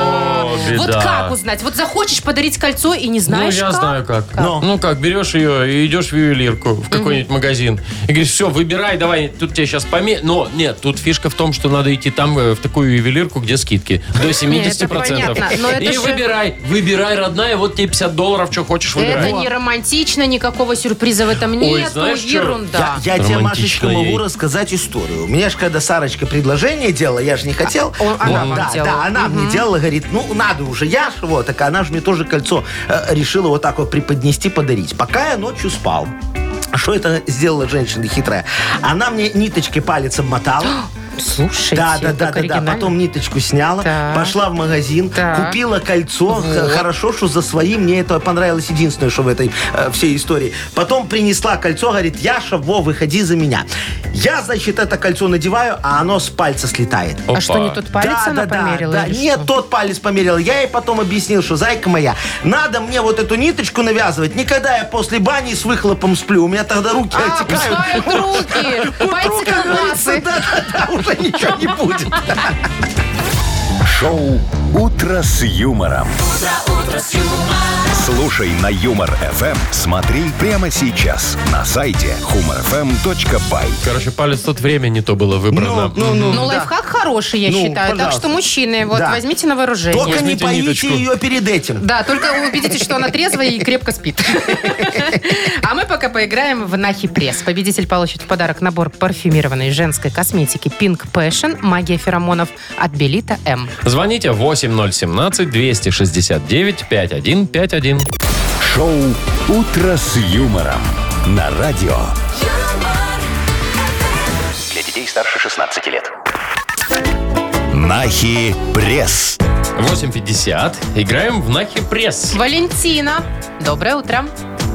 Speaker 5: Да. Вот
Speaker 4: беда.
Speaker 5: как узнать? Вот захочешь подарить кольцо и не
Speaker 4: Ну,
Speaker 5: знаешь,
Speaker 4: я
Speaker 5: как?
Speaker 4: знаю как.
Speaker 6: Ну.
Speaker 4: Ну как, берешь ее и идешь в ювелирку, в какой-нибудь магазин. И говоришь, все, выбирай, давай, тут тебе сейчас поме... Но нет, тут фишка в том, что надо идти там, э, в такую ювелирку, где скидки. До семьдесят процентов.
Speaker 5: понятно, но это
Speaker 4: И
Speaker 5: же-
Speaker 4: выбирай, выбирай, родная, вот тебе пятьдесят долларов, что хочешь, выбирай.
Speaker 5: Это не романтично, никакого сюрприза в этом
Speaker 4: Ой,
Speaker 5: нету,
Speaker 4: знаешь, что?
Speaker 5: ерунда.
Speaker 6: Я, я тебе,
Speaker 4: Романтично
Speaker 6: Машечка, могу
Speaker 4: ей.
Speaker 6: рассказать историю. У меня же, когда Сарочка предложение делала, я же не хотел.
Speaker 5: А, он- она
Speaker 6: Вот,
Speaker 5: вам
Speaker 6: да,
Speaker 5: делала.
Speaker 6: да, она мне делала, говорит, ну, надо уже, я ж вот, так она же мне тоже кольцо э, решила вот так вот преподнести, подарить. Пока я ночью спал. Что это сделала женщина хитрая? Она мне ниточкой палец обмотала.
Speaker 5: Слушайте,
Speaker 6: Да, да,
Speaker 5: как
Speaker 6: да, да, да.
Speaker 5: оригинально.
Speaker 6: Потом ниточку сняла,
Speaker 5: Так.
Speaker 6: пошла в магазин,
Speaker 5: Так.
Speaker 6: купила кольцо. Х- Хорошо, что за свои. Мне это понравилось единственное, что в этой э, всей истории. Потом принесла кольцо, говорит, Яша, во, выходи за меня. Я, значит, это кольцо надеваю, а оно с пальца слетает.
Speaker 5: А что, не тот палец
Speaker 6: да,
Speaker 5: она
Speaker 6: да,
Speaker 5: померила?
Speaker 6: да, да.
Speaker 5: или
Speaker 6: Нет,
Speaker 5: что?
Speaker 6: тот палец померил. Я ей потом объяснил, что, зайка моя, надо мне вот эту ниточку навязывать. Никогда я после бани с выхлопом сплю. У меня тогда руки
Speaker 5: А,
Speaker 6: отекают.
Speaker 5: пускают руки, пальцы
Speaker 6: Как говорится,
Speaker 5: колбасы.
Speaker 6: да, да, да, уже ничего не будет.
Speaker 1: Шоу «Утро с юмором». Слушай на Юмор эф эм. Смотри прямо сейчас на сайте humor f m точка by.
Speaker 4: Короче, палец тут время не то было выбрано.
Speaker 6: Ну, ну,
Speaker 5: Ну, лайфхак хороший, я
Speaker 6: Ну,
Speaker 5: считаю. Так
Speaker 6: пожалуйста.
Speaker 5: что, мужчины, вот
Speaker 6: Да.
Speaker 5: возьмите на вооружение.
Speaker 6: Только не
Speaker 4: Возьмите
Speaker 6: поите
Speaker 4: ниточку.
Speaker 6: ее перед этим.
Speaker 5: Да, только убедитесь, что она трезвая и крепко спит. А мы пока поиграем в Нахи Пресс. Победитель получит в подарок набор парфюмированной женской косметики Pink Passion «Магия феромонов» от Белита М.
Speaker 4: Звоните восемь ноль семнадцать двести шестьдесят девять пятьдесят один пятьдесят один.
Speaker 1: Шоу «Утро с юмором» на радио.
Speaker 8: Для детей старше шестнадцати лет.
Speaker 1: Нахи Пресс.
Speaker 4: восемь пятьдесят. Играем в Нахи Пресс.
Speaker 5: Валентина, доброе утро.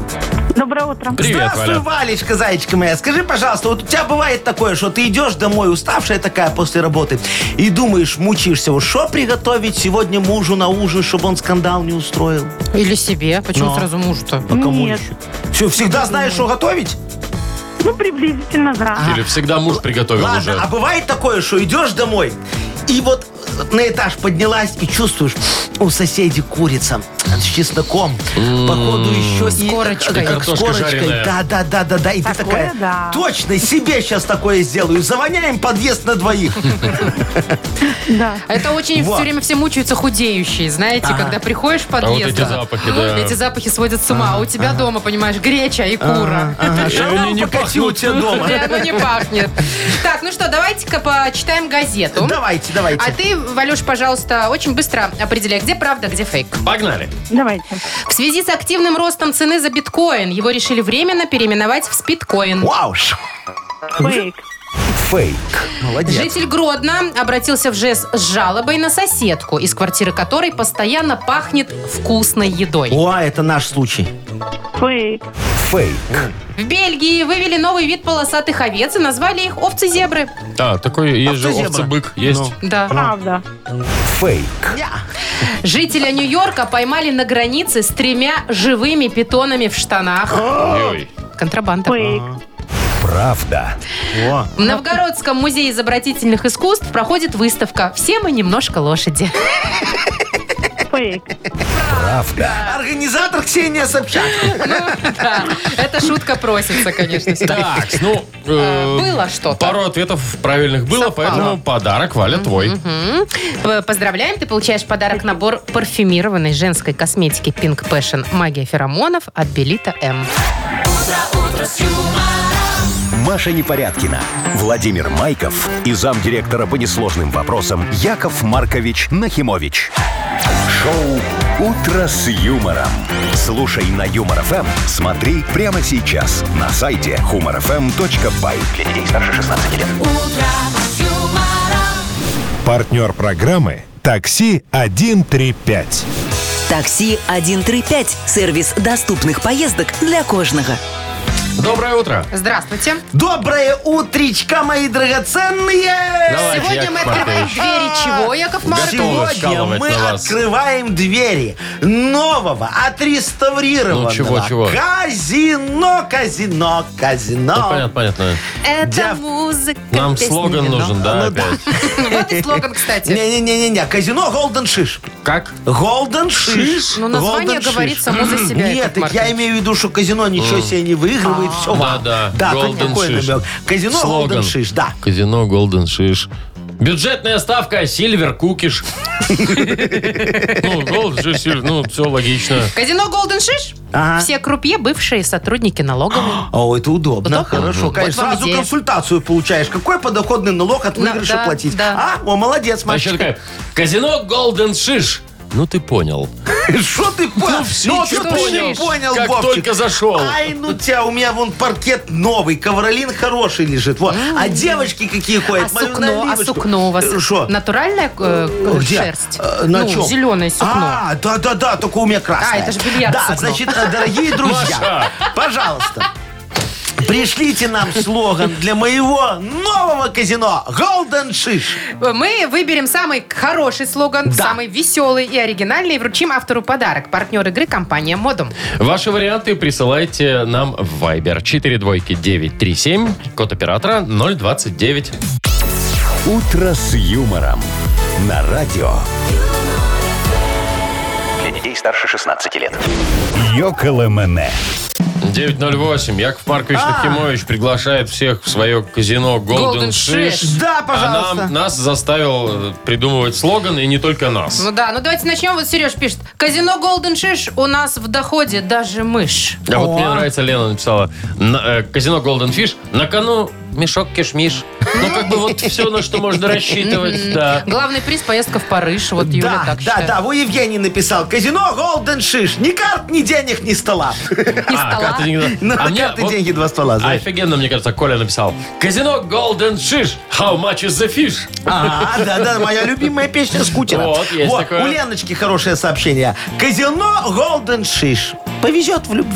Speaker 9: Доброе утро.
Speaker 4: Привет,
Speaker 6: Здравствуй,
Speaker 4: Валя.
Speaker 6: Валечка, зайчка моя. Скажи, пожалуйста, вот у тебя бывает такое, что ты идешь домой, уставшая такая после работы, и думаешь, мучаешься, вот что приготовить сегодня мужу на ужин, чтобы он скандал не устроил?
Speaker 5: Или себе. Почему
Speaker 6: Но.
Speaker 5: сразу мужу-то?
Speaker 6: А кому
Speaker 9: Нет.
Speaker 6: еще? Все, всегда знаешь, что готовить?
Speaker 9: Ну, приблизительно, да.
Speaker 4: Или всегда муж приготовил
Speaker 6: Ладно,
Speaker 4: уже.
Speaker 6: а бывает такое, что идешь домой, и вот на этаж поднялась, и чувствуешь, у соседей курица с чесноком. Походу еще
Speaker 5: С
Speaker 6: и...
Speaker 5: корочкой.
Speaker 6: как-
Speaker 4: И картошка
Speaker 6: с корочкой.
Speaker 4: жареная.
Speaker 6: Да, да, да, да, да. И ты
Speaker 9: Такое,
Speaker 6: такая,
Speaker 9: да.
Speaker 6: точно, себе сейчас такое сделаю. Завоняем подъезд на двоих.
Speaker 9: Да.
Speaker 5: Это очень
Speaker 6: Вот.
Speaker 5: все время все мучаются худеющие, знаете,
Speaker 6: Ага.
Speaker 5: когда приходишь в
Speaker 4: А вот
Speaker 5: подъезд.
Speaker 4: эти запахи, да.
Speaker 5: Эти запахи сводят с ума. А у тебя дома, понимаешь, греча и кура.
Speaker 6: Ага,
Speaker 4: И они не
Speaker 6: шалом покати у
Speaker 4: пахнут.
Speaker 6: тебя дома.
Speaker 5: И оно не пахнет. Так, ну что, давайте-ка почитаем газету.
Speaker 6: Давайте, давайте.
Speaker 5: А ты, Валюш, пожалуйста, очень быстро определяй, где правда, где фейк.
Speaker 4: Погнали.
Speaker 9: Давайте.
Speaker 5: В связи с активным ростом цены за биткоин, его решили временно переименовать в спиткоин.
Speaker 6: Вау.
Speaker 9: Фейк.
Speaker 1: Фейк.
Speaker 6: Молодец.
Speaker 5: Житель Гродно обратился в ЖЭС с жалобой на соседку, из квартиры которой постоянно пахнет вкусной едой.
Speaker 6: О, это наш случай.
Speaker 9: Фейк.
Speaker 1: Фейк.
Speaker 5: В Бельгии вывели новый вид полосатых овец и назвали их овцы-зебры.
Speaker 4: А, такой есть же
Speaker 6: Овца-зебра.
Speaker 4: овца-бык. Есть.
Speaker 5: Да.
Speaker 9: Правда.
Speaker 1: Фейк.
Speaker 5: Жителя Нью-Йорка поймали на границе с тремя живыми питонами в штанах.
Speaker 4: Ой.
Speaker 5: Контрабанда.
Speaker 9: Фейк.
Speaker 1: Правда.
Speaker 6: О.
Speaker 5: В Новгородском музее изобразительных искусств проходит выставка «Все мы немножко лошади».
Speaker 9: Фейк.
Speaker 1: Правда.
Speaker 6: Организатор Ксения Собчак.
Speaker 5: Да, эта шутка просится, конечно, сюда.
Speaker 4: Так, ну... э,
Speaker 5: Было что-то.
Speaker 4: Пару ответов правильных было,
Speaker 5: Совпало.
Speaker 4: поэтому подарок, Валя, твой.
Speaker 5: М. П- Поздравляем, ты получаешь в подарок набор парфюмированной женской косметики Pink Passion «Магия феромонов» от Белита М.
Speaker 1: Маша Непорядкина, Владимир Майков и замдиректора по несложным вопросам Яков Маркович Нахимович. Шоу «Утро с юмором». Слушай на Юмор ФМ, смотри прямо сейчас на сайте humor эф эм точка бай.
Speaker 8: Для детей старше шестнадцати лет.
Speaker 2: Партнер программы «Такси один три пять».
Speaker 3: Такси один три пять. Сервис доступных поездок для кожного.
Speaker 4: Доброе утро.
Speaker 5: Здравствуйте.
Speaker 6: Доброе утречка, мои драгоценные!
Speaker 4: Давайте,
Speaker 5: Сегодня
Speaker 4: Яков
Speaker 5: мы открываем
Speaker 4: Маркович.
Speaker 5: двери чего, Яков Маркович?
Speaker 4: Готовы
Speaker 6: Сегодня
Speaker 4: скалывать
Speaker 6: мы
Speaker 4: на вас.
Speaker 6: открываем двери нового, отреставрированного
Speaker 4: Ну, чего, чего?
Speaker 6: казино, казино, казино.
Speaker 4: Ну, понятно, понятно.
Speaker 5: Это
Speaker 6: Дяв-
Speaker 5: музыка.
Speaker 4: Нам
Speaker 5: песня,
Speaker 4: слоган
Speaker 5: вино.
Speaker 4: нужен, да,
Speaker 6: Ну да.
Speaker 4: опять?
Speaker 5: Вот и слоган, кстати.
Speaker 6: Не-не-не-не, казино Голден Шиш.
Speaker 4: Как?
Speaker 6: Голден Шиш.
Speaker 5: Ну, название
Speaker 6: Голден
Speaker 5: говорит
Speaker 6: Шиш.
Speaker 5: само за себя,
Speaker 6: Нет,
Speaker 5: Яков
Speaker 6: так я
Speaker 5: Маркович.
Speaker 6: имею в виду, что казино ничего себе не выигрывает, все
Speaker 4: Да,
Speaker 6: вам.
Speaker 4: да.
Speaker 6: Да,
Speaker 4: Golden
Speaker 6: такой
Speaker 4: Шиш.
Speaker 6: намек. Казино
Speaker 4: Слоган.
Speaker 6: Голден Шиш, да.
Speaker 4: Казино Голден Шиш. Бюджетная ставка Сильвер Кукиш. Ну, Голден Шиш, Silver, ну, все логично.
Speaker 5: Казино Голден Шиш?
Speaker 6: Ага.
Speaker 5: Все крупье бывшие сотрудники налоговой.
Speaker 6: О, это удобно.
Speaker 5: Удобно?
Speaker 6: Хорошо,
Speaker 5: Мгм.
Speaker 6: конечно.
Speaker 5: Вот вам
Speaker 6: Сразу
Speaker 5: идея.
Speaker 6: консультацию получаешь. Какой подоходный налог от
Speaker 5: Да,
Speaker 6: выигрыша
Speaker 5: да,
Speaker 6: платить?
Speaker 5: да.
Speaker 6: А? О, молодец,
Speaker 4: А еще
Speaker 6: Машечка.
Speaker 4: такая, казино Голден Шиш. Ну, ты понял.
Speaker 6: Что ты понял?
Speaker 4: все,
Speaker 6: ты
Speaker 4: что
Speaker 6: понял,
Speaker 5: Шиш?
Speaker 6: понял,
Speaker 4: Как
Speaker 6: Вовчик.
Speaker 4: только зашел.
Speaker 6: Ай, ну тебя, у меня вон паркет новый, ковролин хороший лежит. Вот. А девочки какие
Speaker 5: А
Speaker 6: ходят? Мою
Speaker 5: сукно, а
Speaker 6: наливочку.
Speaker 5: сукно у вас
Speaker 6: Э, Шо?
Speaker 5: натуральная э,
Speaker 6: Где?
Speaker 5: шерсть?
Speaker 6: Э, На
Speaker 5: ну,
Speaker 6: чем?
Speaker 5: зеленое сукно.
Speaker 6: А, да-да-да, только у меня красное.
Speaker 5: А, это ж бильярд
Speaker 6: Да,
Speaker 5: сукно.
Speaker 6: значит, э, дорогие друзья, пожалуйста, пришлите нам слоган для моего нового казино Golden Шиш.
Speaker 5: Мы выберем самый хороший слоган,
Speaker 6: Да.
Speaker 5: самый веселый и оригинальный, и вручим автору подарок. Партнер игры — компания «Модум».
Speaker 4: Ваши варианты присылайте нам в Viber четыре двойки девять три семь, код оператора ноль двадцать девять.
Speaker 1: «Утро с юмором» на радио.
Speaker 8: Для детей старше шестнадцати лет.
Speaker 2: Йоколэмэне.
Speaker 4: девять ноль восемь. Яков Маркович Нахимович приглашает всех в свое казино Golden
Speaker 5: Golden
Speaker 4: Шиш.
Speaker 5: Шиш.
Speaker 6: Да,
Speaker 4: А
Speaker 6: пожалуйста.
Speaker 4: нам, нас заставил э, придумывать слоган, и не только нас.
Speaker 5: Ну да, ну давайте начнем. Вот Сереж пишет. Казино Golden Шиш у нас в доходе даже мышь.
Speaker 4: А вот
Speaker 6: О.
Speaker 4: мне нравится, Лена написала, на- э, казино Golden Fish, на кону мешок кишмиш. Ну, как бы вот все, на что можно рассчитывать, да.
Speaker 5: Главный приз — поездка в Париж. Вот Юля
Speaker 6: Да,
Speaker 5: так
Speaker 6: да,
Speaker 5: считает.
Speaker 6: да, вот Евгений написал. Казино Голден Шиш. Ни карт, ни денег, ни стола.
Speaker 5: И
Speaker 4: А,
Speaker 5: стола.
Speaker 4: карты, деньги,
Speaker 6: Ну,
Speaker 4: а мне
Speaker 6: карты,
Speaker 4: вот
Speaker 6: деньги, два стола. знаешь.
Speaker 4: Офигенно, мне кажется, Коля написал. Казино Golden Fish. How much is the fish?
Speaker 6: А, да, да, моя любимая песня Скутера.
Speaker 4: Вот, есть такое.
Speaker 6: У Леночки хорошее сообщение. Казино Голден Шиш. Повезет в любви.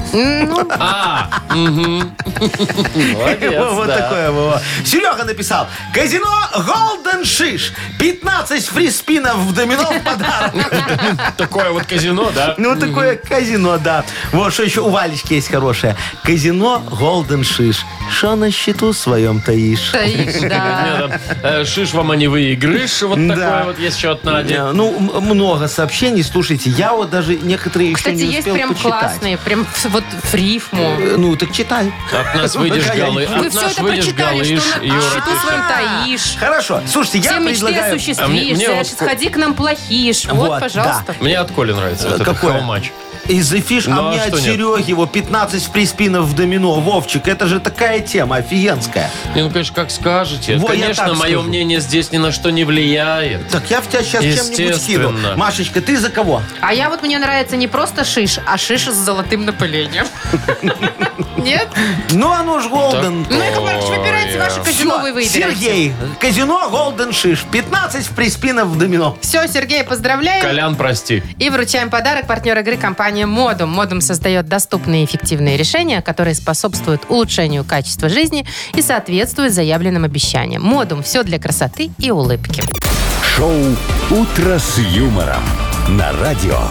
Speaker 5: Ну,
Speaker 4: А, мгм. Молодец,
Speaker 6: Вот
Speaker 4: да.
Speaker 6: такое было. Серега написал: казино Golden Шиш. пятнадцать фриспинов в домино в подарок.
Speaker 4: Такое вот казино, да?
Speaker 6: Ну, такое казино, да. Вот что еще у Валечки есть хорошее. Казино Golden Шиш. Что на счету своем таишь?
Speaker 5: стоишь, да.
Speaker 4: Нет, там, э, шиш вам, а не выигрыш. Вот
Speaker 6: Да.
Speaker 4: такое вот есть еще от Нади.
Speaker 6: Э, Ну, м- много сообщений. Слушайте, я вот даже некоторые еще
Speaker 5: Кстати,
Speaker 6: не
Speaker 5: есть
Speaker 6: успел
Speaker 5: прям
Speaker 6: почитать.
Speaker 5: классные, прям в- вот в рифму.
Speaker 6: Э, Ну, так читай.
Speaker 4: От нас выйдешь
Speaker 6: Какая
Speaker 4: голы.
Speaker 6: я-
Speaker 5: Вы
Speaker 4: От
Speaker 5: все
Speaker 4: нас
Speaker 5: это
Speaker 4: выйдешь
Speaker 5: прочитали,
Speaker 4: голыш.
Speaker 5: что на
Speaker 4: Юра
Speaker 5: счету
Speaker 4: пишет.
Speaker 5: своем таишь.
Speaker 6: Хорошо. Слушайте, я
Speaker 5: Все мечты
Speaker 6: предлагаю...
Speaker 5: осуществишь.
Speaker 4: А мне- мне
Speaker 5: Значит,
Speaker 4: вот-
Speaker 5: сходи к нам плохишь.
Speaker 6: Вот,
Speaker 5: Вот, пожалуйста.
Speaker 4: Мне от Коли нравится вот этот
Speaker 6: Какое?
Speaker 4: матч.
Speaker 6: Из эфиш,
Speaker 4: Ну,
Speaker 6: а
Speaker 4: а
Speaker 6: мне
Speaker 4: что
Speaker 6: от
Speaker 4: нет?
Speaker 6: Сереги его пятнадцать фриспинов в домино. Вовчик, это же такая тема офигенская.
Speaker 4: Не, ну, конечно, как скажете.
Speaker 6: Во, я
Speaker 4: Конечно,
Speaker 6: так
Speaker 4: мое
Speaker 6: скажу.
Speaker 4: мнение здесь ни на что не влияет.
Speaker 6: Так, я в тебя сейчас чем-нибудь скину.
Speaker 4: Естественно.
Speaker 6: Машечка, ты за кого?
Speaker 5: А я вот, мне нравится не просто шиш, а шиш с золотым напылением. Нет?
Speaker 6: Ну, оно ж Голден.
Speaker 5: Ну, Яков Маркович, выбирайте ваше казино, вы выберете.
Speaker 6: Сергей, казино Голден Шиш. пятнадцать фриспинов в домино.
Speaker 5: Все, Сергей, поздравляем.
Speaker 4: Колян, прости.
Speaker 5: И вручаем подарок. Партнер игры — компания Модум. Модум создает доступные и эффективные решения, которые способствуют улучшению качества жизни и соответствуют заявленным обещаниям. Модум — все для красоты и улыбки.
Speaker 1: Шоу «Утро с юмором» на радио.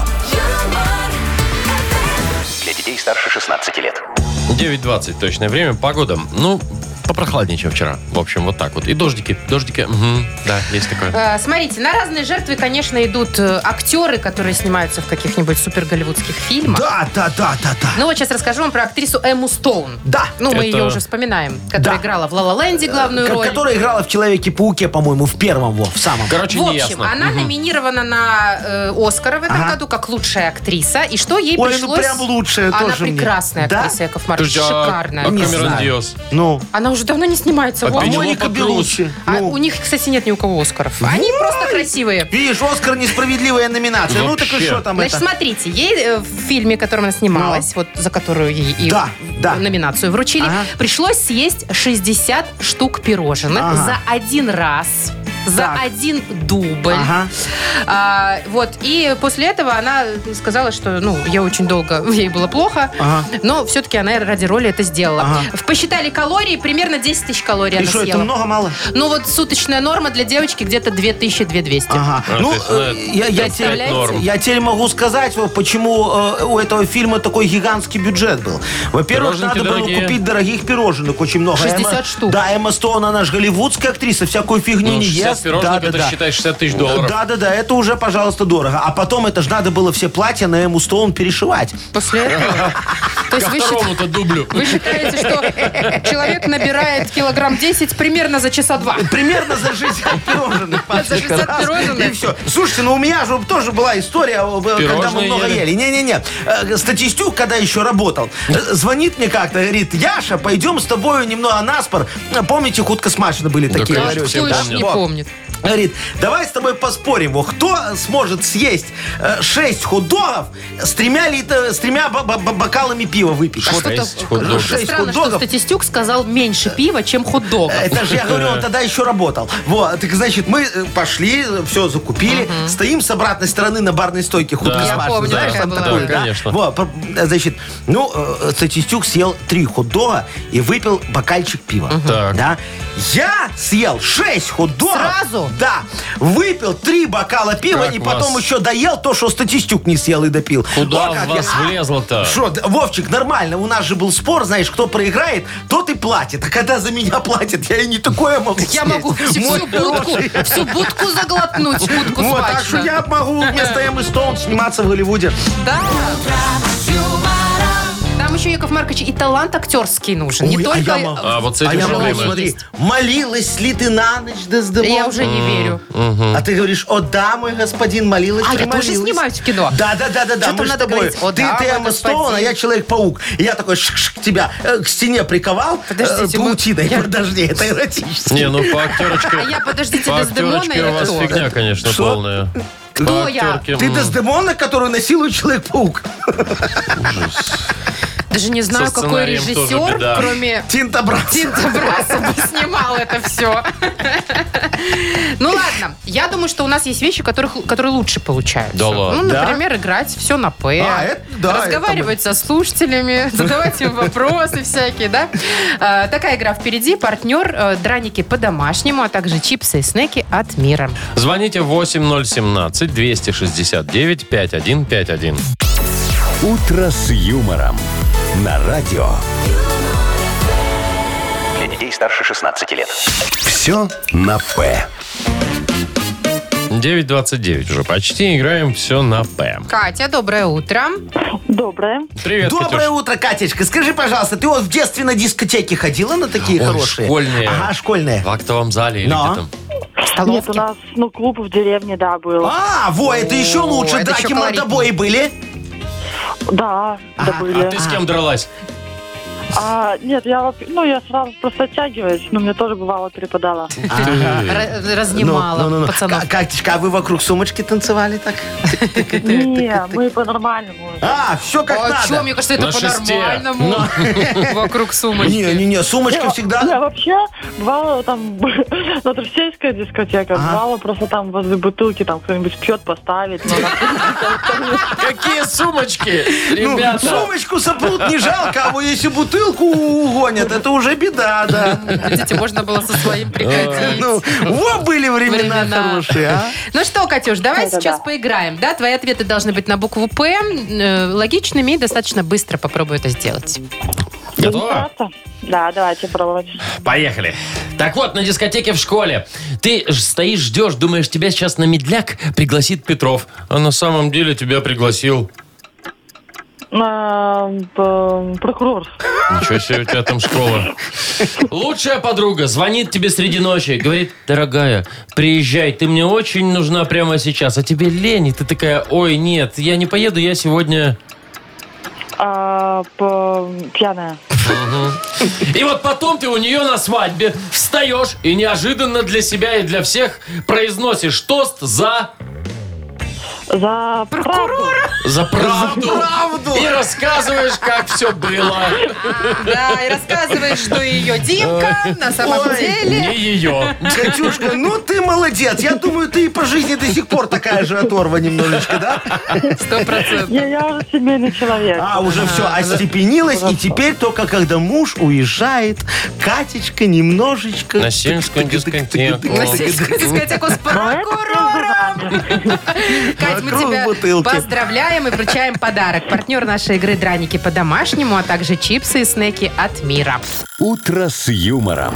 Speaker 8: Для детей старше шестнадцати лет.
Speaker 4: девять двадцать точное время. Погода, ну, попрохладнее, чем вчера. В общем, вот так вот. И дождики. Дождики. Мгм. Да, есть такое.
Speaker 5: Э, Смотрите, на разные жертвы, конечно, идут э, актеры, которые снимаются в каких-нибудь супер голливудских фильмах.
Speaker 6: Да, да, да, да, да.
Speaker 5: Ну вот сейчас расскажу вам про актрису Эмму Стоун.
Speaker 6: Да.
Speaker 5: Ну, мы
Speaker 4: Это-
Speaker 5: ее уже вспоминаем. Которая
Speaker 6: Да.
Speaker 5: играла в «Ла Ла Ленде» главную
Speaker 6: Ко-
Speaker 5: роль.
Speaker 6: Которая играла в Человеке-пауке, по-моему, в первом, во, в самом.
Speaker 4: Короче,
Speaker 5: В
Speaker 4: не
Speaker 5: общем,
Speaker 4: ясно.
Speaker 5: она номинирована на э, Оскар в этом
Speaker 6: Ага.
Speaker 5: году как лучшая актриса. И что ей
Speaker 6: Ой, ну
Speaker 5: пришлось...
Speaker 6: прям лучшая
Speaker 5: Она
Speaker 6: тоже мне.
Speaker 5: прекрасная
Speaker 6: Да?
Speaker 5: актриса, Яков Маркович,
Speaker 4: Подожди, а-
Speaker 5: шикарная.
Speaker 4: а
Speaker 6: Не
Speaker 4: Камерон
Speaker 6: знаю.
Speaker 4: Диас?
Speaker 6: Ну,
Speaker 5: Она уже давно не снимается.
Speaker 4: А
Speaker 5: вот.
Speaker 6: а
Speaker 4: Пенелопа
Speaker 6: Моника
Speaker 4: Круз.
Speaker 6: Белуччи.
Speaker 5: А
Speaker 6: Ну,
Speaker 5: у них, кстати, нет ни у кого Оскаров. Они просто красивые.
Speaker 6: видишь, Оскар несправедливая номинация. Ну, так и
Speaker 4: Вообще.
Speaker 6: что там
Speaker 5: Значит,
Speaker 6: это?
Speaker 5: смотрите, ей э, в фильме, в котором она снималась, вот за которую ей и
Speaker 6: Да, да.
Speaker 5: номинацию вручили,
Speaker 6: Ага.
Speaker 5: пришлось съесть шестьдесят штук пирожных
Speaker 6: Ага.
Speaker 5: за один раз. За
Speaker 6: Так.
Speaker 5: один дубль.
Speaker 6: Ага.
Speaker 5: А, вот. И после этого она сказала, что ну, ей очень долго, ей было плохо,
Speaker 6: Ага.
Speaker 5: но все-таки она ради роли это сделала.
Speaker 6: Ага.
Speaker 5: Посчитали калории, примерно десять тысяч калорий
Speaker 6: И
Speaker 5: она
Speaker 6: что, это
Speaker 5: съела.
Speaker 6: много-мало?
Speaker 5: Ну вот суточная норма для девочки где-то две тысячи две двести.
Speaker 6: Ага.
Speaker 4: А,
Speaker 6: Ну,
Speaker 4: то есть,
Speaker 6: э,
Speaker 4: ну,
Speaker 6: я, я,
Speaker 5: представляете?
Speaker 6: теперь,
Speaker 4: Норм.
Speaker 6: я теперь могу сказать, вот, почему э, у этого фильма такой гигантский бюджет был. Во-первых,
Speaker 4: Пироженки
Speaker 6: надо было
Speaker 4: дорогие.
Speaker 6: купить дорогих пироженок очень много.
Speaker 5: шестьдесят
Speaker 6: Эмма-
Speaker 5: штук.
Speaker 6: Да, Эмма Стоун, она же голливудская актриса, всякую фигню
Speaker 4: Ну,
Speaker 6: не
Speaker 4: шестьдесят
Speaker 6: ест.
Speaker 4: пирожных,
Speaker 6: Да, да,
Speaker 4: это
Speaker 6: да.
Speaker 4: считай шестьдесят тысяч долларов.
Speaker 6: Да, да, да, это уже, пожалуйста, дорого. А потом это же надо было все платья на Эмму Стоун перешивать.
Speaker 5: После этого. То есть
Speaker 4: Ко
Speaker 5: вы, счит-
Speaker 4: второму-то дублю.
Speaker 5: вы считаете, что человек набирает килограмм десять примерно за часа два?
Speaker 6: Примерно за шестьдесят пирожных.
Speaker 5: За шестьдесят
Speaker 6: Раз,
Speaker 5: пирожных?
Speaker 6: И все. Слушайте, ну у меня же тоже была история, э, когда мы
Speaker 4: Пирожные
Speaker 6: много
Speaker 4: ели?
Speaker 6: ели. Не-не-не. Э, Статистюк, когда еще работал, э, звонит мне как-то, говорит: Яша, пойдем с тобой немного на спор. Помните, хутко смачно были
Speaker 4: Да,
Speaker 6: такие
Speaker 4: конечно,
Speaker 6: варёсики?
Speaker 4: все
Speaker 5: Кто
Speaker 6: Да.
Speaker 5: ж не
Speaker 6: Вот.
Speaker 5: помнит?
Speaker 6: Говорит: давай с тобой поспорим, во, кто сможет съесть э, шесть хот-догов с тремя, литр- с тремя ба- ба- ба- бокалами пива выпить.
Speaker 5: А
Speaker 6: Вот.
Speaker 5: что-то
Speaker 4: шесть хот-догов.
Speaker 6: Шесть
Speaker 5: странно, что
Speaker 6: хот-догов.
Speaker 5: статистюк сказал меньше пива, чем хот-догов.
Speaker 6: Это же, я говорю, он тогда еще работал. Вот, так, значит, мы э, пошли, все закупили, стоим с обратной стороны на барной стойке. Хутко
Speaker 4: Я
Speaker 6: смачно,
Speaker 5: помню,
Speaker 6: знаешь,
Speaker 5: такая
Speaker 6: там
Speaker 5: была.
Speaker 6: такое,
Speaker 4: Да,
Speaker 6: да?
Speaker 4: конечно.
Speaker 6: Вот, по- значит, ну, э, Статистюк съел три хот-дога и выпил бокальчик пива.
Speaker 4: Так.
Speaker 6: Да? Я съел шесть хот-догов.
Speaker 5: Сразу?
Speaker 6: Да. Выпил три бокала пива
Speaker 4: Как
Speaker 6: и потом
Speaker 4: вас?
Speaker 6: еще доел то, что Статистюк не съел и допил.
Speaker 4: Куда
Speaker 6: О, как
Speaker 4: в вас
Speaker 6: я-
Speaker 4: влезло-то?
Speaker 6: Что, да, Вовчик, нормально. У нас же был спор, знаешь, кто проиграет, тот и платит. А когда за меня платят, я и не такое могу
Speaker 5: Я
Speaker 6: съесть.
Speaker 5: могу всю
Speaker 6: Мой
Speaker 5: будку,
Speaker 6: хороший.
Speaker 5: всю будку заглотнуть, будку
Speaker 6: Вот, так что
Speaker 5: смачно.
Speaker 6: я могу вместо Эммы Стоун сниматься в Голливуде.
Speaker 5: Да. Там еще, Яков Маркович, и талант актерский нужен. Не
Speaker 6: Ой, а
Speaker 5: только...
Speaker 6: я могу.
Speaker 4: А вот с
Speaker 6: А
Speaker 4: этим
Speaker 6: я могу,
Speaker 4: проблемы.
Speaker 6: смотри,
Speaker 5: есть.
Speaker 6: молилась ли ты на ночь, Дездемона?
Speaker 5: Я уже не верю.
Speaker 6: А ты говоришь: о да, мой господин, молилась,
Speaker 5: А, я
Speaker 6: примолилась.
Speaker 5: тоже снимаюсь в кино.
Speaker 6: Да, да, да, да, да.
Speaker 5: Что
Speaker 6: Мы
Speaker 5: там
Speaker 6: ж с
Speaker 5: надо
Speaker 6: тобой.
Speaker 5: говорить? О,
Speaker 6: ты
Speaker 5: да,
Speaker 6: ты
Speaker 5: мой
Speaker 6: Эмма
Speaker 5: господин.
Speaker 6: Стоун, а я Человек-паук. И я такой шик-шик тебя э, к стене приковал
Speaker 5: Подождите,
Speaker 6: э,
Speaker 5: мы-
Speaker 6: паутиной.
Speaker 5: я-
Speaker 6: Подожди, это эротически.
Speaker 4: Не, ну по актерочке...
Speaker 5: А я, подождите,
Speaker 4: По
Speaker 5: Дездемона
Speaker 4: актерочке
Speaker 5: или
Speaker 4: у вас
Speaker 5: кто?
Speaker 4: фигня, конечно,
Speaker 6: Что?
Speaker 4: полная.
Speaker 5: Кто
Speaker 4: По
Speaker 5: я?
Speaker 4: актерке,
Speaker 6: Ты
Speaker 4: м,
Speaker 6: Дездемона, которую насилует Человек-паук.
Speaker 5: Даже не знаю,
Speaker 4: Со
Speaker 5: какой
Speaker 4: сценарием тоже
Speaker 5: режиссер,
Speaker 4: беда.
Speaker 5: кроме
Speaker 6: Тинта брат.
Speaker 5: Тинта Браса, бы снимал это все. Ну ладно, я думаю, что у нас есть вещи, которых, которые лучше получаются.
Speaker 4: Да ладно?
Speaker 5: Ну,
Speaker 6: Да?
Speaker 5: например, играть все на П.
Speaker 6: А, это да,
Speaker 5: разговаривать со слушателями, задавать им вопросы всякие, да? А, такая игра впереди. Партнер э, драники по-домашнему, а также чипсы и снеки от Мира.
Speaker 4: Звоните восемь ноль семнадцать двести шестьдесят девять пятьдесят один пятьдесят один.
Speaker 1: «Утро с юмором» на радио.
Speaker 8: Для детей старше шестнадцати лет.
Speaker 1: Все на «П».
Speaker 4: девять двадцать девять уже почти. Играем все на П.
Speaker 5: Катя, доброе утро.
Speaker 9: Доброе.
Speaker 4: Привет,
Speaker 6: Доброе
Speaker 4: Катюш.
Speaker 6: утро, Катечка. Скажи, пожалуйста, ты вот в детстве на дискотеке ходила на такие
Speaker 4: Ой,
Speaker 6: хорошие?
Speaker 4: школьные.
Speaker 6: Ага, школьные.
Speaker 4: В актовом зале или
Speaker 6: Но.
Speaker 4: где там?
Speaker 9: Нет, у нас, ну, клуб в деревне, да, был.
Speaker 6: А, во, это еще лучше.
Speaker 5: это
Speaker 6: Драки,
Speaker 5: еще колоритнее.
Speaker 6: мордобои были?
Speaker 9: Да, да были.
Speaker 4: А ты с кем дралась?
Speaker 9: А, нет, я, воп- ну, я сразу просто оттягиваюсь, но мне тоже бывало перепадало.
Speaker 5: Р- Разнимала
Speaker 6: Ну, ну, ну, ну.
Speaker 5: пацанов.
Speaker 6: Ка- Катечка, а вы вокруг сумочки танцевали так?
Speaker 9: Не, мы по-нормальному.
Speaker 6: А, все как
Speaker 5: А что,
Speaker 6: надо.
Speaker 5: мне кажется, это
Speaker 4: На шесте.
Speaker 5: по-нормальному. Вокруг сумочки.
Speaker 6: Не-не-не, сумочка
Speaker 9: Я
Speaker 6: всегда...
Speaker 9: вообще, бывало там, ну, это сельская дискотека, бывало просто там возле бутылки, там кто-нибудь пьет, поставить. ну,
Speaker 4: Какие сумочки,
Speaker 6: Ну,
Speaker 4: ребята?
Speaker 6: сумочку сопрут не жалко, а вот если бутылку угонят, это уже беда, да.
Speaker 5: Видите, можно было со своим приходить.
Speaker 6: Ну, во были времена
Speaker 5: Времена.
Speaker 6: хорошие, а.
Speaker 5: Ну что, Катюш, давай
Speaker 9: Да-да-да.
Speaker 5: сейчас поиграем. Да, твои ответы должны быть на букву П, э, логичными и достаточно быстро попробуй это сделать.
Speaker 4: Готова?
Speaker 9: просто. Да, давайте пробовать.
Speaker 4: Поехали. Так вот, на дискотеке в школе. Ты ж стоишь, ждешь, думаешь, тебя сейчас на медляк пригласит Петров. А на самом деле тебя пригласил...
Speaker 9: А, п- прокурор.
Speaker 4: Ничего себе, у тебя там школа. Лучшая подруга звонит тебе среди ночи, говорит: дорогая, приезжай, ты мне очень нужна прямо сейчас. А тебе лень, и ты такая: ой, нет, я не поеду, я сегодня...
Speaker 9: А, п- пьяная.
Speaker 4: И вот потом ты у нее на свадьбе встаешь и неожиданно для себя и для всех произносишь тост за...
Speaker 9: За прокурора.
Speaker 4: За правду.
Speaker 6: правду.
Speaker 4: И рассказываешь, как все было.
Speaker 5: Да, и рассказываешь, что ее Димка на самом
Speaker 6: Ой,
Speaker 5: деле...
Speaker 4: Не ее.
Speaker 6: Катюшка, ну ты молодец. Я думаю, ты и по жизни до сих пор такая же оторва немножечко, да?
Speaker 5: Сто процентов.
Speaker 9: Я, я уже семейный человек.
Speaker 6: А, уже все остепенилась, и теперь только когда муж уезжает, Катечка немножечко...
Speaker 4: На сельскую дискотеку.
Speaker 5: На сельскую дискотеку с прокурором. Кать, мы
Speaker 6: Вокруг
Speaker 5: тебя
Speaker 6: бутылки.
Speaker 5: поздравляем и вручаем подарок. Партнер нашей игры «Драники по-домашнему», а также чипсы и снеки от Мира.
Speaker 1: «Утро с юмором».